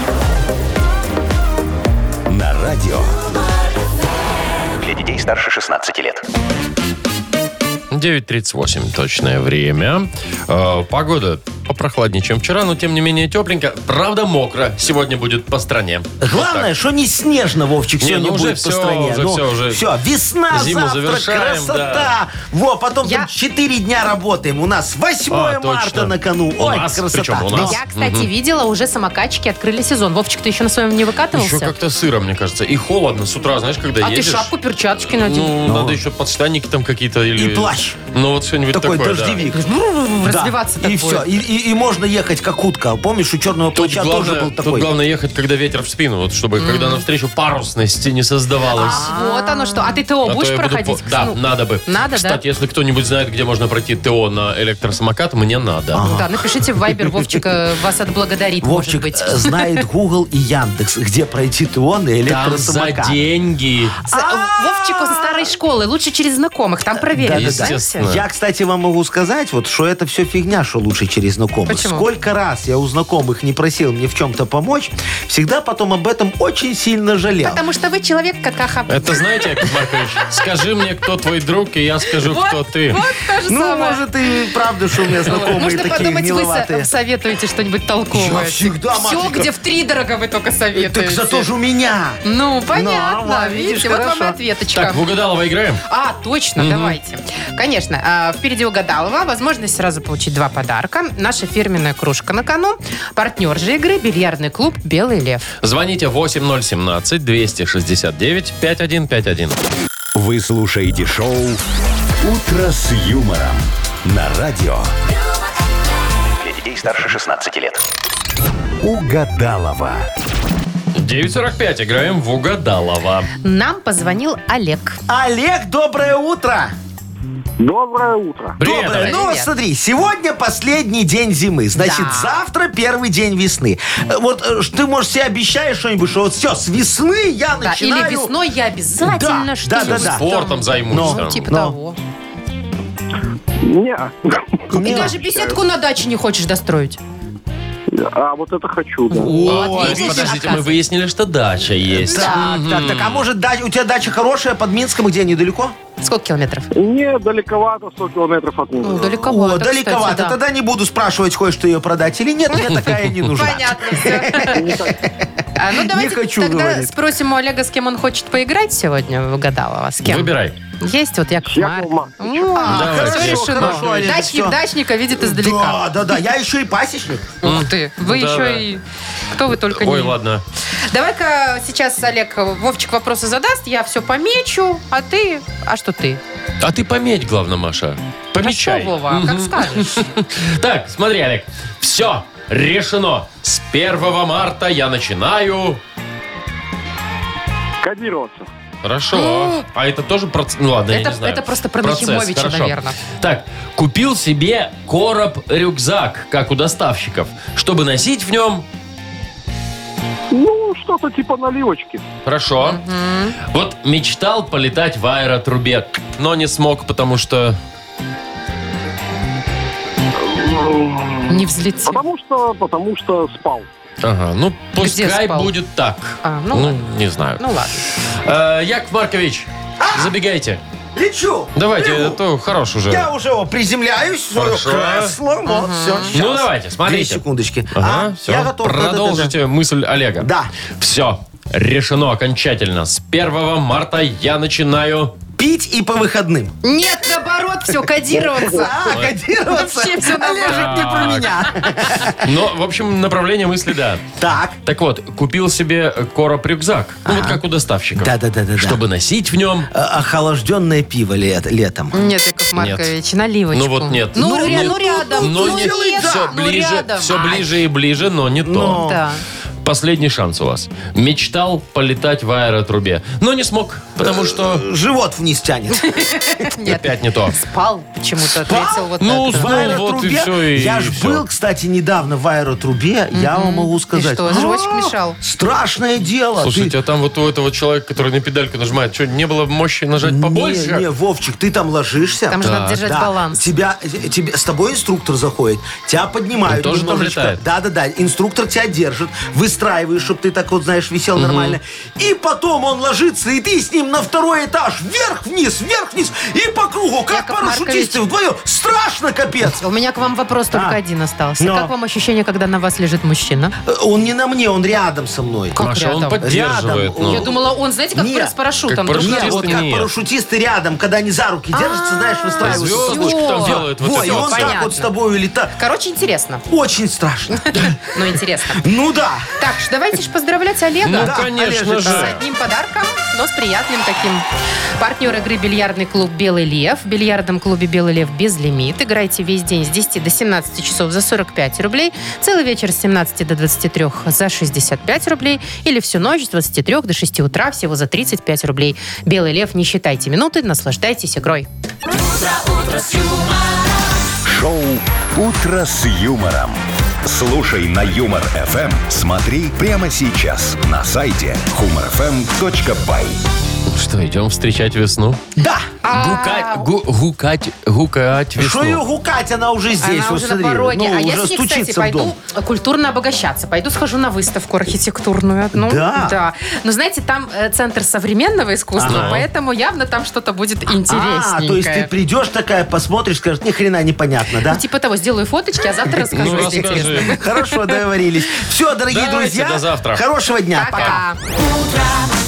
Speaker 1: На радио.
Speaker 8: Для детей старше шестнадцати лет.
Speaker 4: девять тридцать восемь точное время. Э, погода попрохладнее, чем вчера, но тем не менее тепленько. Правда, мокро сегодня будет по стране.
Speaker 6: Главное, что не снежно, Вовчик,
Speaker 4: Не,
Speaker 6: сегодня
Speaker 4: ну уже
Speaker 6: будет
Speaker 4: все,
Speaker 6: по стране.
Speaker 4: уже все, уже
Speaker 6: все, весна,
Speaker 4: зиму
Speaker 6: завтра,
Speaker 4: завершаем,
Speaker 6: красота.
Speaker 4: да.
Speaker 6: Во, потом
Speaker 5: Я-
Speaker 6: там четыре дня работаем. У нас восьмое
Speaker 4: А,
Speaker 6: марта
Speaker 4: точно.
Speaker 6: на кону.
Speaker 4: У
Speaker 6: Ой,
Speaker 4: нас,
Speaker 6: красота.
Speaker 4: причем у
Speaker 6: Ну,
Speaker 4: нас.
Speaker 5: Я, кстати, видела, уже самокатчики открыли сезон. Вовчик, ты еще на своем не выкатывался?
Speaker 4: Еще как-то сыро, мне кажется. И холодно с утра, знаешь, когда
Speaker 5: А ты
Speaker 4: едешь.
Speaker 5: шапку, перчаточки надень.
Speaker 4: Ну, надо еще подштанники там какие-то. Или...
Speaker 6: И плащ.
Speaker 4: Ну, вот что-нибудь
Speaker 6: Такой
Speaker 4: такое, да.
Speaker 6: дождевик.
Speaker 5: Развиваться
Speaker 6: Да. И
Speaker 5: такое.
Speaker 6: все. И, и- и можно ехать как утка. Помнишь, у черного
Speaker 4: Тут
Speaker 6: плаща
Speaker 4: главное,
Speaker 6: тоже был
Speaker 4: тут
Speaker 6: такой.
Speaker 4: главное ехать, когда ветер в спину, вот чтобы когда навстречу парусности не создавалось.
Speaker 5: Вот оно что. А ты ТО
Speaker 4: А то
Speaker 5: будешь
Speaker 4: я буду
Speaker 5: проходить?
Speaker 4: по- Да,
Speaker 5: Ну,
Speaker 4: надо бы.
Speaker 5: Надо, да?
Speaker 4: Кстати, если кто-нибудь знает, где можно пройти ТО на электросамокат, мне надо.
Speaker 5: Да, напишите в Viber, Вовчик э, вас отблагодарит, может
Speaker 6: Вовчик
Speaker 5: быть.
Speaker 6: э, знает Google и Яндекс, где пройти ТО на
Speaker 4: Там за
Speaker 6: электросамокат.
Speaker 4: деньги.
Speaker 5: С- э, Вовчик он старой школы, лучше через знакомых, там проверят.
Speaker 6: Да-да-да.
Speaker 4: Естественно.
Speaker 6: Я, кстати, вам могу сказать, вот, что это все фигня, что лучше через знакомых.
Speaker 5: Почему?
Speaker 6: Сколько раз я у знакомых не просил мне в чем-то помочь, всегда потом об этом очень сильно жалел.
Speaker 5: Потому что вы человек какаха.
Speaker 4: Это знаете, Яков Маркович, скажи мне, кто твой друг, и я скажу, кто ты.
Speaker 5: Вот то же
Speaker 6: Ну,
Speaker 5: самое.
Speaker 6: может, и правда, что у меня знакомые
Speaker 5: Можно
Speaker 6: такие
Speaker 5: подумать, вы
Speaker 6: миловатые.
Speaker 5: со- советуете что-нибудь толковое.
Speaker 6: Я всегда,
Speaker 5: Все,
Speaker 6: Машенька.
Speaker 5: где втридорого вы только советуете.
Speaker 6: Так зато же у меня.
Speaker 5: Ну, понятно.
Speaker 6: Ну, а, видишь,
Speaker 5: Видите, вот вам и
Speaker 6: хорошо.
Speaker 5: ответочка.
Speaker 4: Так, в Угадалова играем?
Speaker 5: А, точно, давайте. Конечно, а, впереди угадалова. Возможность сразу получить два подарка. Наша фирменная кружка на кону. Партнер же игры — бильярдный клуб «Белый лев».
Speaker 4: Звоните восемь ноль семнадцать двести шестьдесят девять пятьдесят один пятьдесят один.
Speaker 1: Вы слушаете шоу «Утро с юмором» на радио.
Speaker 8: старше шестнадцати лет.
Speaker 1: Угадалова.
Speaker 4: девять сорок пять. Играем в Угадалова.
Speaker 5: Нам позвонил Олег.
Speaker 6: Олег, доброе утро.
Speaker 7: Доброе утро.
Speaker 4: Привет,
Speaker 6: Доброе.
Speaker 4: Олег.
Speaker 6: Ну вот
Speaker 5: Привет.
Speaker 6: смотри, сегодня последний день зимы. Значит,
Speaker 5: Да.
Speaker 6: завтра первый день весны. Э, Вот э, ш- ты, может, себе обещаешь что-нибудь, что вот все, с весны я
Speaker 5: Да,
Speaker 6: начинаю...
Speaker 5: или весной я обязательно
Speaker 6: Да,
Speaker 5: что-нибудь
Speaker 6: да, да, да.
Speaker 4: Спортом
Speaker 5: там,
Speaker 4: займусь.
Speaker 6: Но.
Speaker 4: там.
Speaker 5: ну, типа
Speaker 6: Но.
Speaker 5: того.
Speaker 7: Не,
Speaker 5: И
Speaker 6: Не.
Speaker 5: даже беседку на даче не хочешь достроить.
Speaker 7: а вот это хочу, да.
Speaker 5: Вот,
Speaker 6: Ой,
Speaker 5: видишь,
Speaker 4: Подождите, мы
Speaker 5: оказывается.
Speaker 4: выяснили, что дача есть.
Speaker 6: Так, так, так, а может, да- у тебя дача хорошая под Минском, где недалеко?
Speaker 5: Сколько километров?
Speaker 7: Не, далековато, сто километров от
Speaker 5: Ну,
Speaker 7: Минска.
Speaker 5: далековато,
Speaker 6: О, далековато.
Speaker 5: кстати, да.
Speaker 6: Тогда не буду спрашивать, хочешь ты ее продать или нет. Мне такая не нужна.
Speaker 5: Понятно все. А, ну, давайте
Speaker 6: хочу,
Speaker 5: тогда
Speaker 6: говорит.
Speaker 5: спросим у Олега, с кем он хочет поиграть сегодня в Угадалова. С кем?
Speaker 4: Выбирай.
Speaker 5: Есть вот Яков
Speaker 7: Яков
Speaker 5: Марк.
Speaker 7: Маркович.
Speaker 5: А,
Speaker 4: Давайте.
Speaker 5: все
Speaker 6: Хорошо,
Speaker 5: решено.
Speaker 6: хорошо, Олег,
Speaker 5: Дачник
Speaker 6: всё.
Speaker 5: дачника видит издалека.
Speaker 6: Да, да, да. Я еще и пасечник.
Speaker 5: Ух ты, вы
Speaker 4: Да,
Speaker 5: еще
Speaker 4: да.
Speaker 5: и... Кто вы только не...
Speaker 4: Ой, ладно.
Speaker 5: Давай-ка сейчас Олег Вовчик вопросы задаст, я все помечу, а ты... А что ты?
Speaker 4: А ты пометь, главное, Маша. Помечай.
Speaker 5: А что, Вова, как скажешь.
Speaker 4: Так, смотри, Олег. Все, решено. С первого марта я начинаю...
Speaker 7: Кодироваться.
Speaker 4: Хорошо. А это тоже процесс? Ну ладно, я
Speaker 5: Это,
Speaker 4: не знаю.
Speaker 5: это просто про
Speaker 4: Процесс,
Speaker 5: Нахимовича,
Speaker 4: хорошо.
Speaker 5: наверное.
Speaker 4: Так, купил себе короб-рюкзак, как у доставщиков, чтобы носить в нем...
Speaker 7: Ну, что-то типа наливочки.
Speaker 4: Хорошо. Вот мечтал полетать в аэротрубе, но не смог, потому что...
Speaker 5: Не взлетел.
Speaker 7: Потому что, потому что спал.
Speaker 4: Ага, ну пускай
Speaker 5: спал?
Speaker 4: будет так.
Speaker 5: А, ну ладно.
Speaker 4: не знаю.
Speaker 5: Ну ладно.
Speaker 4: Э, Яков Маркович, забегайте.
Speaker 6: Лечу.
Speaker 4: Давайте,
Speaker 6: Бегу.
Speaker 4: а то хорош уже.
Speaker 6: Я уже о, приземляюсь в свое
Speaker 4: Хорошо.
Speaker 6: кресло. Вот, все,
Speaker 4: Ну, давайте, смотрите.
Speaker 6: Две секундочки.
Speaker 4: Ага,
Speaker 6: А,
Speaker 4: все.
Speaker 6: я готов. Да-да-да-да.
Speaker 4: Продолжите мысль Олега.
Speaker 6: Да.
Speaker 4: Все, решено окончательно. С первого марта я начинаю...
Speaker 6: Пить и по выходным.
Speaker 5: Нет, наоборот, все, кодироваться.
Speaker 6: А, кодироваться.
Speaker 5: Вообще всё
Speaker 6: Олежек, не про
Speaker 4: Так.
Speaker 6: меня.
Speaker 4: Но, в общем, направление мысли, да.
Speaker 6: Так.
Speaker 4: Так вот, купил себе короб-рюкзак. Ну, вот как у доставщиков.
Speaker 6: Да-да-да-да.
Speaker 4: Чтобы носить в нем...
Speaker 6: А, Охлажденное пиво лет- летом.
Speaker 5: Нет, Яков Маркович, наливочку.
Speaker 4: Ну вот нет.
Speaker 5: Ну,
Speaker 4: Ну,
Speaker 5: ря-
Speaker 4: ну,
Speaker 5: ну, рядом.
Speaker 4: Но
Speaker 5: ну,
Speaker 4: не
Speaker 5: нет,
Speaker 4: все
Speaker 5: ну,
Speaker 4: ближе,
Speaker 5: рядом.
Speaker 4: все ближе и ближе, но не то.
Speaker 6: Но.
Speaker 5: Да.
Speaker 4: Последний шанс у вас. Мечтал полетать в аэротрубе, но не смог, потому что
Speaker 6: Живот вниз тянет.
Speaker 5: Нет.
Speaker 4: опять не то.
Speaker 5: Спал почему-то, ответил вот
Speaker 4: Ну,
Speaker 5: так.
Speaker 6: В
Speaker 4: Ну, вот и
Speaker 6: аэротрубе.
Speaker 4: всё, и
Speaker 6: Я ж
Speaker 4: всё.
Speaker 6: был, кстати, недавно в аэротрубе. Я вам могу сказать.
Speaker 5: что, животик
Speaker 6: «А,
Speaker 5: мешал?»
Speaker 6: Страшное дело.
Speaker 4: Слушайте,
Speaker 6: Ты-
Speaker 4: а там вот у этого человека, который на педальку нажимает, что, не было мощи нажать побольше?
Speaker 6: Не, не, Вовчик, ты там ложишься.
Speaker 5: Там же надо держать
Speaker 6: Да.
Speaker 5: баланс.
Speaker 6: Тебя, э, тебе, с тобой инструктор заходит, тебя поднимают.
Speaker 4: Он тоже
Speaker 6: немножечко.
Speaker 4: там летает?
Speaker 6: Да-да-да, инструктор тебя держит, выстраиваешь, чтобы ты так вот, знаешь, висел нормально. И потом он ложится, и ты с ним на второй этаж, вверх-вниз, вверх-вниз, и по кругу, как
Speaker 5: Яков
Speaker 6: парашютисты вдвоем. Страшно, капец.
Speaker 5: У меня к вам вопрос только
Speaker 6: А.
Speaker 5: один остался.
Speaker 6: Но.
Speaker 5: Как вам ощущение, когда на вас лежит мужчина?
Speaker 6: Э, Он не на мне, он рядом со мной.
Speaker 5: Как
Speaker 4: Маша, он
Speaker 5: рядом?
Speaker 4: поддерживает.
Speaker 6: Рядом.
Speaker 4: ну.
Speaker 5: Я думала, он, знаете, как
Speaker 6: Нет.
Speaker 5: с парашютом.
Speaker 4: Как
Speaker 5: друг
Speaker 6: Нет,
Speaker 5: на
Speaker 4: парашютисты
Speaker 6: вот
Speaker 5: друга.
Speaker 6: как
Speaker 4: нет.
Speaker 6: парашютисты рядом, когда они за руки держатся, знаешь, выстраиваются. с тобой.
Speaker 4: Звездочку там
Speaker 5: Всё.
Speaker 4: делают. Вот
Speaker 6: Во,
Speaker 4: это
Speaker 6: и
Speaker 4: вот.
Speaker 6: он так
Speaker 5: понятно.
Speaker 6: вот с тобой летает.
Speaker 5: Короче, интересно.
Speaker 6: Очень страшно.
Speaker 5: Ну, интересно.
Speaker 6: Ну да.
Speaker 5: Так, ж, давайте же поздравлять Олега.
Speaker 4: Ну,
Speaker 6: Да,
Speaker 4: конечно
Speaker 6: Олежек,
Speaker 4: же.
Speaker 5: С одним подарком, но с приятным таким. Партнер игры «Бильярдный клуб «Белый лев». В бильярдном клубе «Белый лев» без лимит. Играйте весь день с десяти до семнадцати часов за сорок пять рублей. Целый вечер с семнадцати до двадцати трёх за шестьдесят пять рублей. Или всю ночь с двадцати трёх до шести утра всего за тридцать пять рублей. «Белый лев», не считайте минуты, наслаждайтесь игрой.
Speaker 1: Шоу «Утро с юмором». Слушай на Юмор эф эм. Смотри прямо сейчас на сайте humor эф эм точка бай.
Speaker 4: Что, идем встречать весну?
Speaker 6: Да.
Speaker 4: Гукать, гу- гукать, гукать
Speaker 6: Что ее
Speaker 4: весну.
Speaker 6: гукать, она уже здесь.
Speaker 5: Она
Speaker 6: вот
Speaker 5: уже
Speaker 6: смотри.
Speaker 5: на пороге.
Speaker 6: Ну,
Speaker 5: а я
Speaker 6: уже
Speaker 5: сегодня, кстати,
Speaker 6: стучится в
Speaker 5: пойду
Speaker 6: дом.
Speaker 5: культурно обогащаться. Пойду схожу на выставку архитектурную одну.
Speaker 6: Да?
Speaker 5: Да. Но знаете, там э, центр современного искусства,
Speaker 4: Ага.
Speaker 5: поэтому явно там что-то будет интересненькое.
Speaker 6: А, то есть ты придешь такая, посмотришь, скажешь, ни хрена непонятно, да?
Speaker 5: Ну, типа того, сделаю фоточки, а завтра расскажу,
Speaker 4: Ну,
Speaker 5: если интересно.
Speaker 4: расскажи.
Speaker 6: Хорошо, договорились. Все, дорогие
Speaker 4: Давайте,
Speaker 6: друзья.
Speaker 4: до завтра.
Speaker 6: Хорошего дня. Пока.
Speaker 5: Пока.